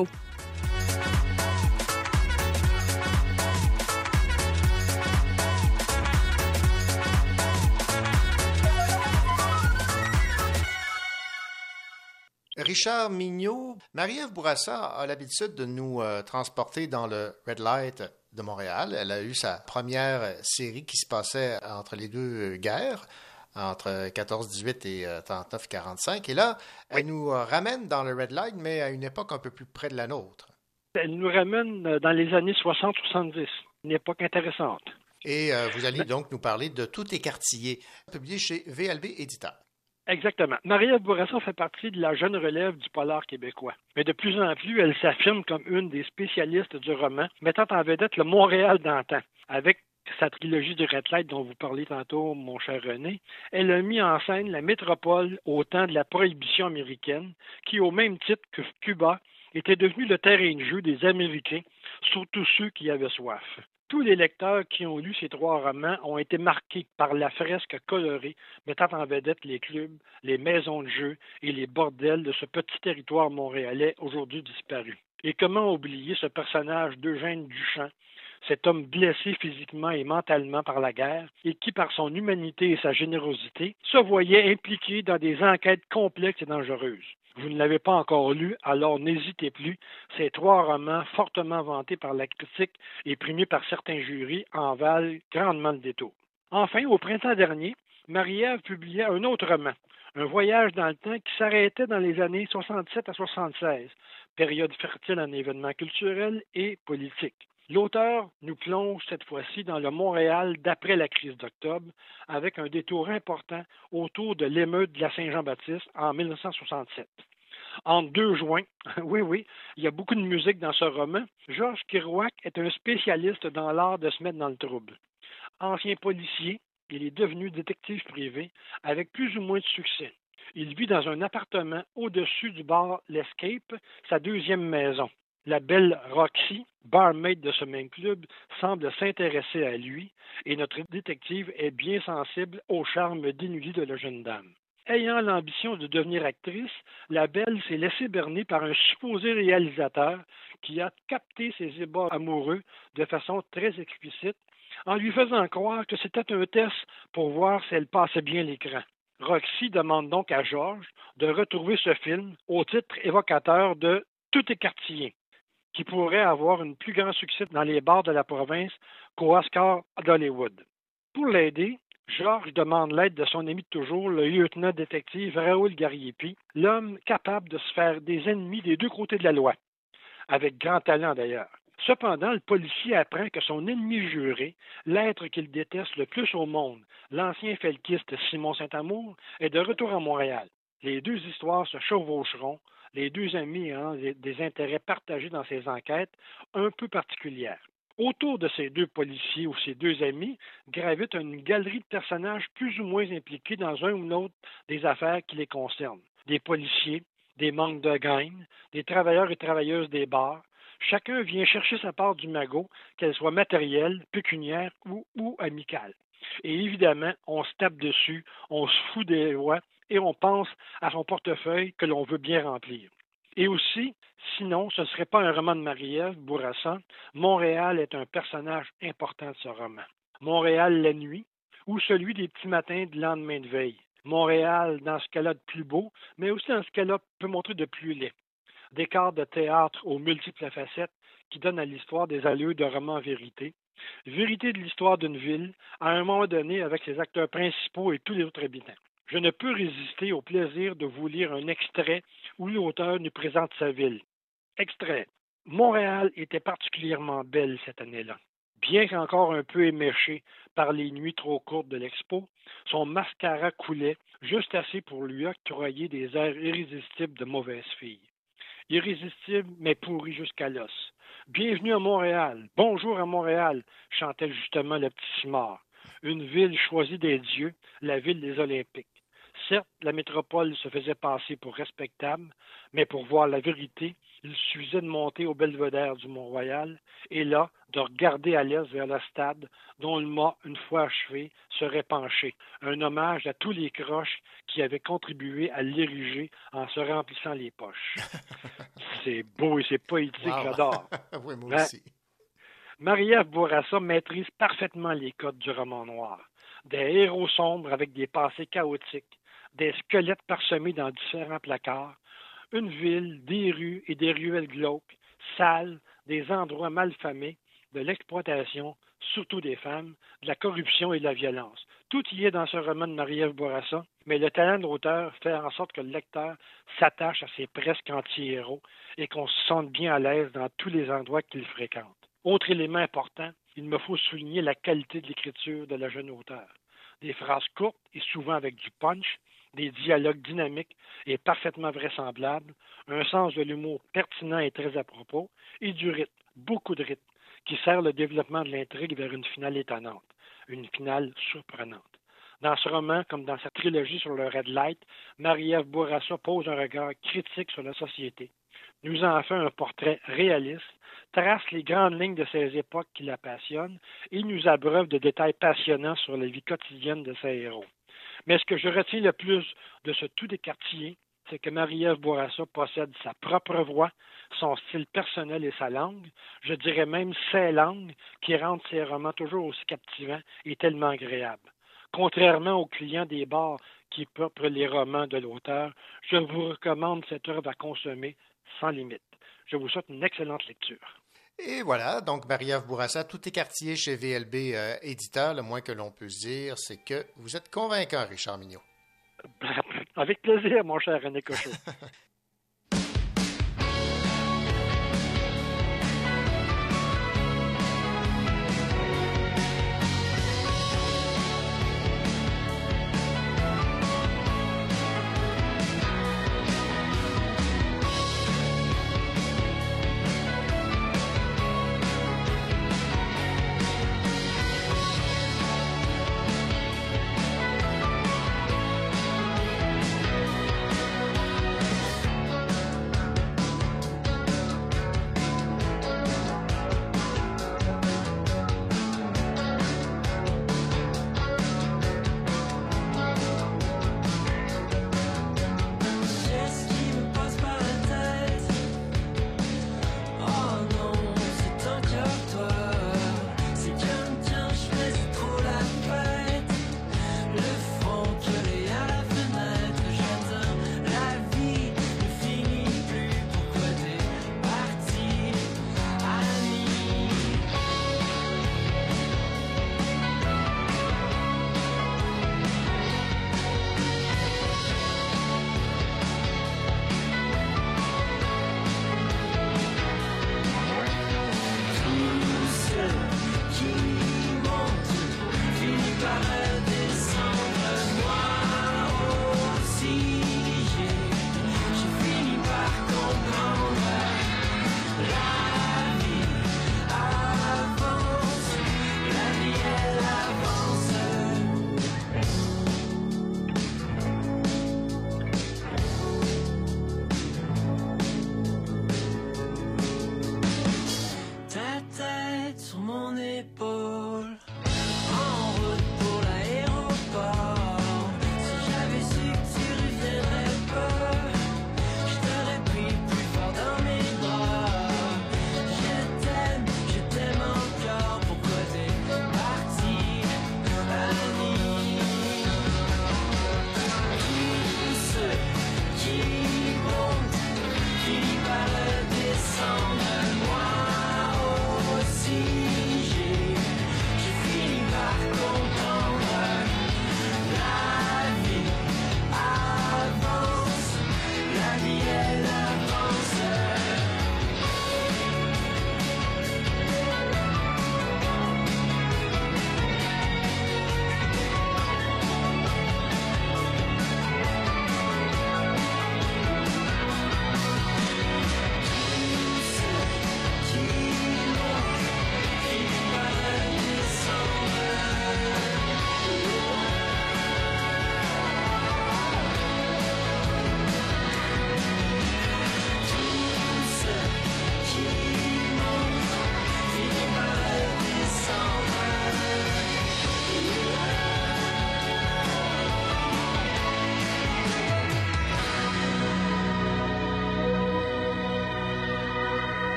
Richard Mignot, Marie-Ève Bourassa a l'habitude de nous transporter dans le Red Light de Montréal. Elle a eu sa première série qui se passait entre les deux guerres, entre 14-18 et 39-45. Et là, elle nous ramène dans le Red Light, mais à une époque un peu plus près de la nôtre.
Elle nous ramène dans les années 60-70, une époque intéressante.
Et vous allez donc nous parler de Tout écartillé, publié chez VLB Éditeur.
Exactement. Marie-Ève Bourassa fait partie de la jeune relève du polar québécois. Mais de plus en plus, elle s'affirme comme une des spécialistes du roman, mettant en vedette le Montréal d'antan. Avec sa trilogie du Red Light dont vous parlez tantôt, mon cher René, elle a mis en scène la métropole au temps de la prohibition américaine, qui, au même titre que Cuba, était devenu le terrain de jeu des Américains, surtout ceux qui avaient soif. Tous les lecteurs qui ont lu ces trois romans ont été marqués par la fresque colorée mettant en vedette les clubs, les maisons de jeu et les bordels de ce petit territoire montréalais aujourd'hui disparu. Et comment oublier ce personnage d'Eugène Duchamp, cet homme blessé physiquement et mentalement par la guerre et qui, par son humanité et sa générosité, se voyait impliqué dans des enquêtes complexes et dangereuses. Vous ne l'avez pas encore lu, alors n'hésitez plus. Ces trois romans, fortement vantés par la critique et primés par certains jurys, en valent grandement le détour. Enfin, au printemps dernier, Marie-Ève publiait un autre roman, Un voyage dans le temps qui s'arrêtait dans les années 67 à 76, période fertile en événements culturels et politiques. L'auteur nous plonge cette fois-ci dans le Montréal d'après la crise d'octobre, avec un détour important autour de l'émeute de la Saint-Jean-Baptiste en 1967. Entre 2 juin, oui, il y a beaucoup de musique dans ce roman, Georges Kerouac est un spécialiste dans l'art de se mettre dans le trouble. Ancien policier, il est devenu détective privé avec plus ou moins de succès. Il vit dans un appartement au-dessus du bar L'Escape, sa deuxième maison. La belle Roxy, barmaid de ce même club, semble s'intéresser à lui et notre détective est bien sensible au charme dénudé de la jeune dame. Ayant l'ambition de devenir actrice, la belle s'est laissée berner par un supposé réalisateur qui a capté ses ébats amoureux de façon très explicite en lui faisant croire que c'était un test pour voir si elle passait bien l'écran. Roxy demande donc à Georges de retrouver ce film au titre évocateur de « Tout écartillé », qui pourrait avoir un plus grand succès dans les bars de la province qu'au Oscar d'Hollywood. Pour l'aider, Georges demande l'aide de son ami de toujours, le lieutenant détective Raoul Gariepi, l'homme capable de se faire des ennemis des deux côtés de la loi, avec grand talent d'ailleurs. Cependant, le policier apprend que son ennemi juré, l'être qu'il déteste le plus au monde, l'ancien felkiste Simon Saint-Amour, est de retour à Montréal. Les deux histoires se chevaucheront, les deux amis ayant des intérêts partagés dans ces enquêtes un peu particulières. Autour de ces deux policiers ou ces deux amis gravite une galerie de personnages plus ou moins impliqués dans un ou l'autre des affaires qui les concernent. Des policiers, des membres de gang, des travailleurs et travailleuses des bars. Chacun vient chercher sa part du magot, qu'elle soit matérielle, pécuniaire ou amicale. Et évidemment, on se tape dessus, on se fout des lois et on pense à son portefeuille que l'on veut bien remplir. Et aussi, sinon, ce ne serait pas un roman de Marie-Ève Bourassa. Montréal est un personnage important de ce roman. Montréal la nuit ou celui des petits matins de lendemain de veille. Montréal dans ce qu'elle a de plus beau, mais aussi dans ce qu'elle peut montrer de plus laid. Décor de théâtre aux multiples facettes qui donnent à l'histoire des allures de roman vérité. Vérité de l'histoire d'une ville, à un moment donné avec ses acteurs principaux et tous les autres habitants. Je ne peux résister au plaisir de vous lire un extrait où l'auteur nous présente sa ville. Extrait. Montréal était particulièrement belle cette année-là. Bien qu'encore un peu éméchée par les nuits trop courtes de l'expo, son mascara coulait juste assez pour lui octroyer des airs irrésistibles de mauvaise fille. Irrésistible, mais pourri jusqu'à l'os. Bienvenue à Montréal. Bonjour à Montréal, chantait justement le petit Simard. Une ville choisie des dieux, la ville des Olympiques. Certes, la métropole se faisait passer pour respectable, mais pour voir la vérité, il suffisait de monter au belvédère du Mont-Royal et là, de regarder à l'est vers le stade dont le mât, une fois achevé, serait penché. Un hommage à tous les croches qui avaient contribué à l'ériger en se remplissant les poches. C'est beau et c'est poétique, wow. J'adore.
Oui, moi aussi.
Marie-Ève Bourassa maîtrise parfaitement les codes du roman noir. Des héros sombres avec des passés chaotiques, des squelettes parsemés dans différents placards, une ville, des rues et des ruelles glauques, sales, des endroits mal famés, de l'exploitation, surtout des femmes, de la corruption et de la violence. Tout y est dans ce roman de Marie-Ève Bourassa, mais le talent de l'auteur fait en sorte que le lecteur s'attache à ces presque anti-héros et qu'on se sente bien à l'aise dans tous les endroits qu'il fréquente. Autre élément important, il me faut souligner la qualité de l'écriture de la jeune auteure. Des phrases courtes et souvent avec du punch, des dialogues dynamiques et parfaitement vraisemblables, un sens de l'humour pertinent et très à propos, et du rythme, beaucoup de rythme, qui sert le développement de l'intrigue vers une finale étonnante, une finale surprenante. Dans ce roman, comme dans sa trilogie sur le Red Light, Marie-Ève Bourassa pose un regard critique sur la société, nous en fait un portrait réaliste, trace les grandes lignes de ces époques qui la passionnent et nous abreuve de détails passionnants sur la vie quotidienne de ses héros. Mais ce que je retiens le plus de ce tout écartillé, c'est que Marie-Ève Bourassa possède sa propre voix, son style personnel et sa langue, je dirais même ses langues, qui rendent ses romans toujours aussi captivants et tellement agréables. Contrairement aux clients des bars qui peuplent les romans de l'auteur, je vous recommande cette œuvre à consommer sans limite. Je vous souhaite une excellente lecture.
Et voilà, donc Marie-Ève Bourassa, tout écartillé chez VLB Éditeur. Le moins que l'on peut se dire, c'est que vous êtes convaincant, Richard Mignot.
Avec plaisir, mon cher René Cochot.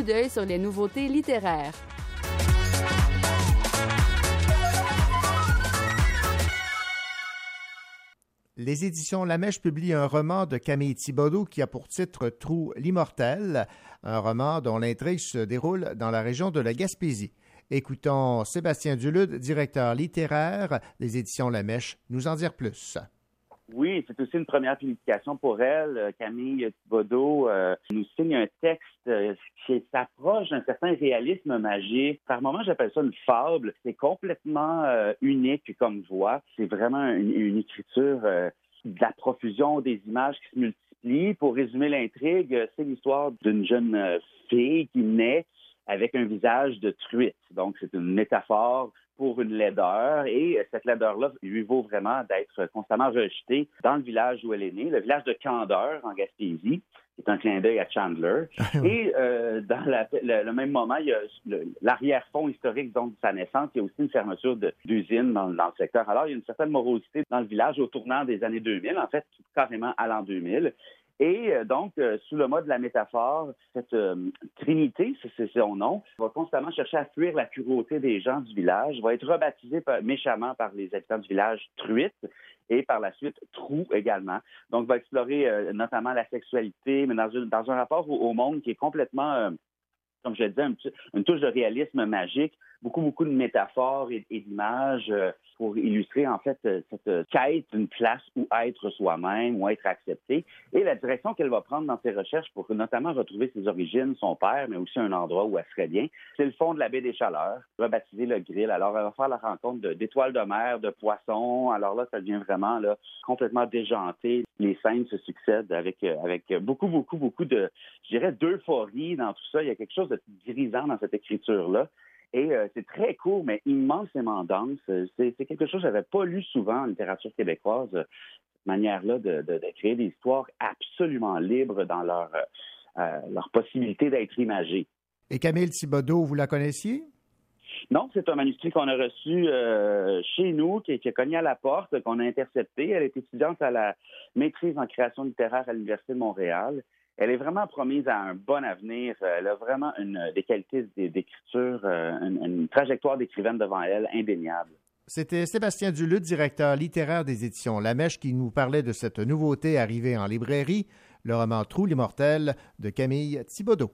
d'œil sur les nouveautés littéraires.
Les éditions La Mèche publient un roman de Camille Thibodeau qui a pour titre « Trou l'immortel », un roman dont l'intrigue se déroule dans la région de la Gaspésie. Écoutons Sébastien Dulude, directeur littéraire des éditions La Mèche, nous en dire plus.
Oui, c'est aussi une première publication pour elle. Camille Thibodeau nous signe un texte qui s'approche d'un certain réalisme magique. Par moments, j'appelle ça une fable. C'est complètement unique comme voix. C'est vraiment une écriture de la profusion des images qui se multiplient. Pour résumer l'intrigue, c'est l'histoire d'une jeune fille qui naît avec un visage de truite. Donc, c'est une métaphore pour une laideur, et cette laideur-là lui vaut vraiment d'être constamment rejetée dans le village où elle est née, le village de Candeur, en Gaspésie, qui est un clin d'œil à Chandler. Et dans le même moment, il y a l'arrière-fond historique donc, de sa naissance. Il y a aussi une fermeture d'usine dans le secteur. Alors, il y a une certaine morosité dans le village au tournant des années 2000, en fait, carrément à l'an 2000. Et donc, sous le mode de la métaphore, cette Trinité, c'est son nom, va constamment chercher à fuir la cruauté des gens du village, va être rebaptisée méchamment par les habitants du village Truite et par la suite Trou également. Donc, va explorer notamment la sexualité, mais dans un rapport au monde qui est complètement, comme je le disais, une touche de réalisme magique, beaucoup de métaphores et d'images pour illustrer en fait cette quête d'une place où être soi-même, où être accepté, et la direction qu'elle va prendre dans ses recherches pour notamment retrouver ses origines, son père, mais aussi un endroit où elle serait bien. C'est le fond de la baie des Chaleurs, rebaptisé le Grill. Alors, elle va faire la rencontre d'étoiles de mer, de poissons. Alors là, ça devient vraiment là, complètement déjanté. Les scènes se succèdent avec beaucoup de, je dirais, d'euphorie dans tout ça. Il y a quelque chose de grisant dans cette écriture-là. Et c'est très court, mais immensément dense. C'est quelque chose que je n'avais pas lu souvent en littérature québécoise, cette manière-là de créer des histoires absolument libres dans leur possibilité d'être imagées.
Et Camille Thibodeau, vous la connaissiez?
Non, c'est un manuscrit qu'on a reçu chez nous, qui a cogné à la porte, qu'on a intercepté. Elle est étudiante à la maîtrise en création littéraire à l'Université de Montréal. Elle est vraiment promise à un bon avenir. Elle a vraiment des qualités d'écriture, une trajectoire d'écrivaine devant elle indéniable.
C'était Sébastien Dulude, directeur littéraire des éditions La Mèche, qui nous parlait de cette nouveauté arrivée en librairie, le roman Trou l'immortel de Camille Thibodeau.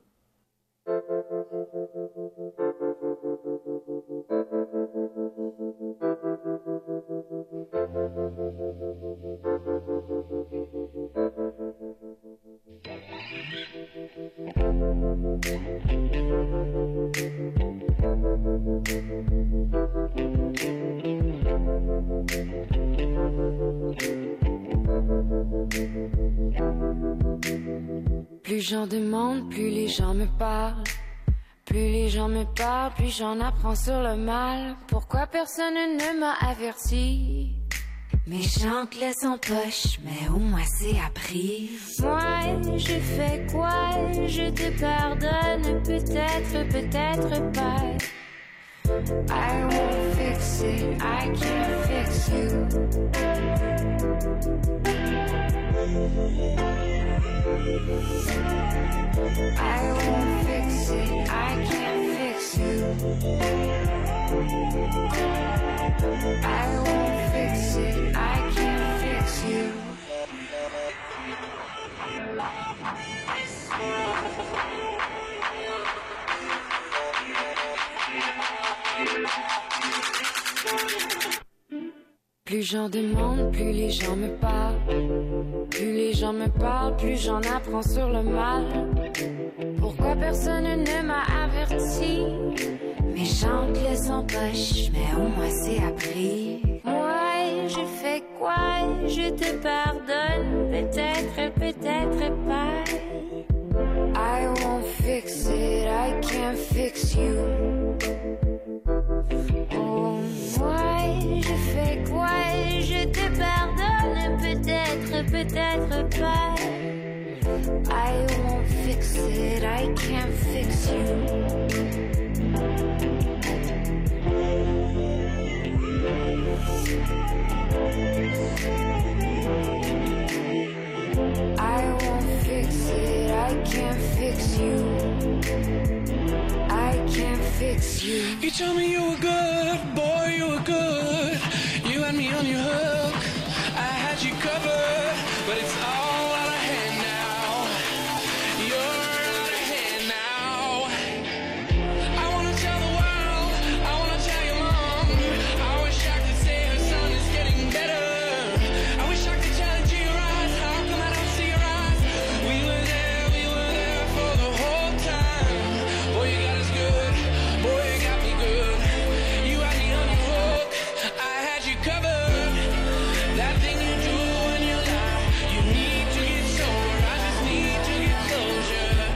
Plus j'en demande, plus les gens me parlent. Plus les gens me parlent, plus j'en apprends sur le mal. Pourquoi personne ne m'a averti? Mes chants laissent en poche, mais au moins c'est appris. Moi, je fais quoi? Je te pardonne, peut-être pas. I won't fix it, I can't fix you. I won't fix it, I can't fix you. I won't fix it, I can't fix you. Plus j'en demande, plus les gens me parlent. Plus les gens me parlent, plus j'en apprends sur le mal. Pourquoi personne ne m'a averti? Mes chants laissent en poche, mais au moins c'est appris. Moi, je fais quoi? Je te pardonne, peut-être pas. I won't fix it, I can't fix you. Oh, moi, je fais quoi? Je te pardonne, peut-être pas. I won't fix it, I can't fix you. I won't fix it, I can't fix you.
with you.
You told me you were good, boy, you were good. You had me on your hook, I had you covered, but it's all out of hand now. You're out of hand now. I wanna tell the world, I wanna tell your mom. I wish I could say her son is getting better. I wish I could tell it to your eyes. How come I don't see your eyes? We were there for the whole time. Boy, you got us good, boy, you got me good. You had me on your hook, I had you covered. That thing you do when you lie, you need to get sober. I just need to get closure.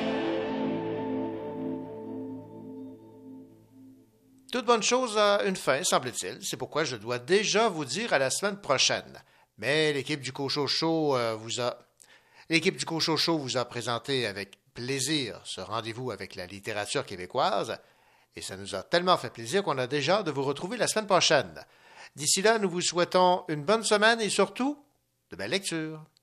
Toute bonne chose a une fin, semble-t-il. C'est pourquoi je dois déjà vous dire à la semaine prochaine. Mais l'équipe du Cochocho L'équipe du Cochocho vous a présenté avec plaisir ce rendez-vous avec la littérature québécoise. Et ça nous a tellement fait plaisir qu'on a déjà hâte de vous retrouver la semaine prochaine. D'ici là, nous vous souhaitons une bonne semaine et surtout de belles lectures.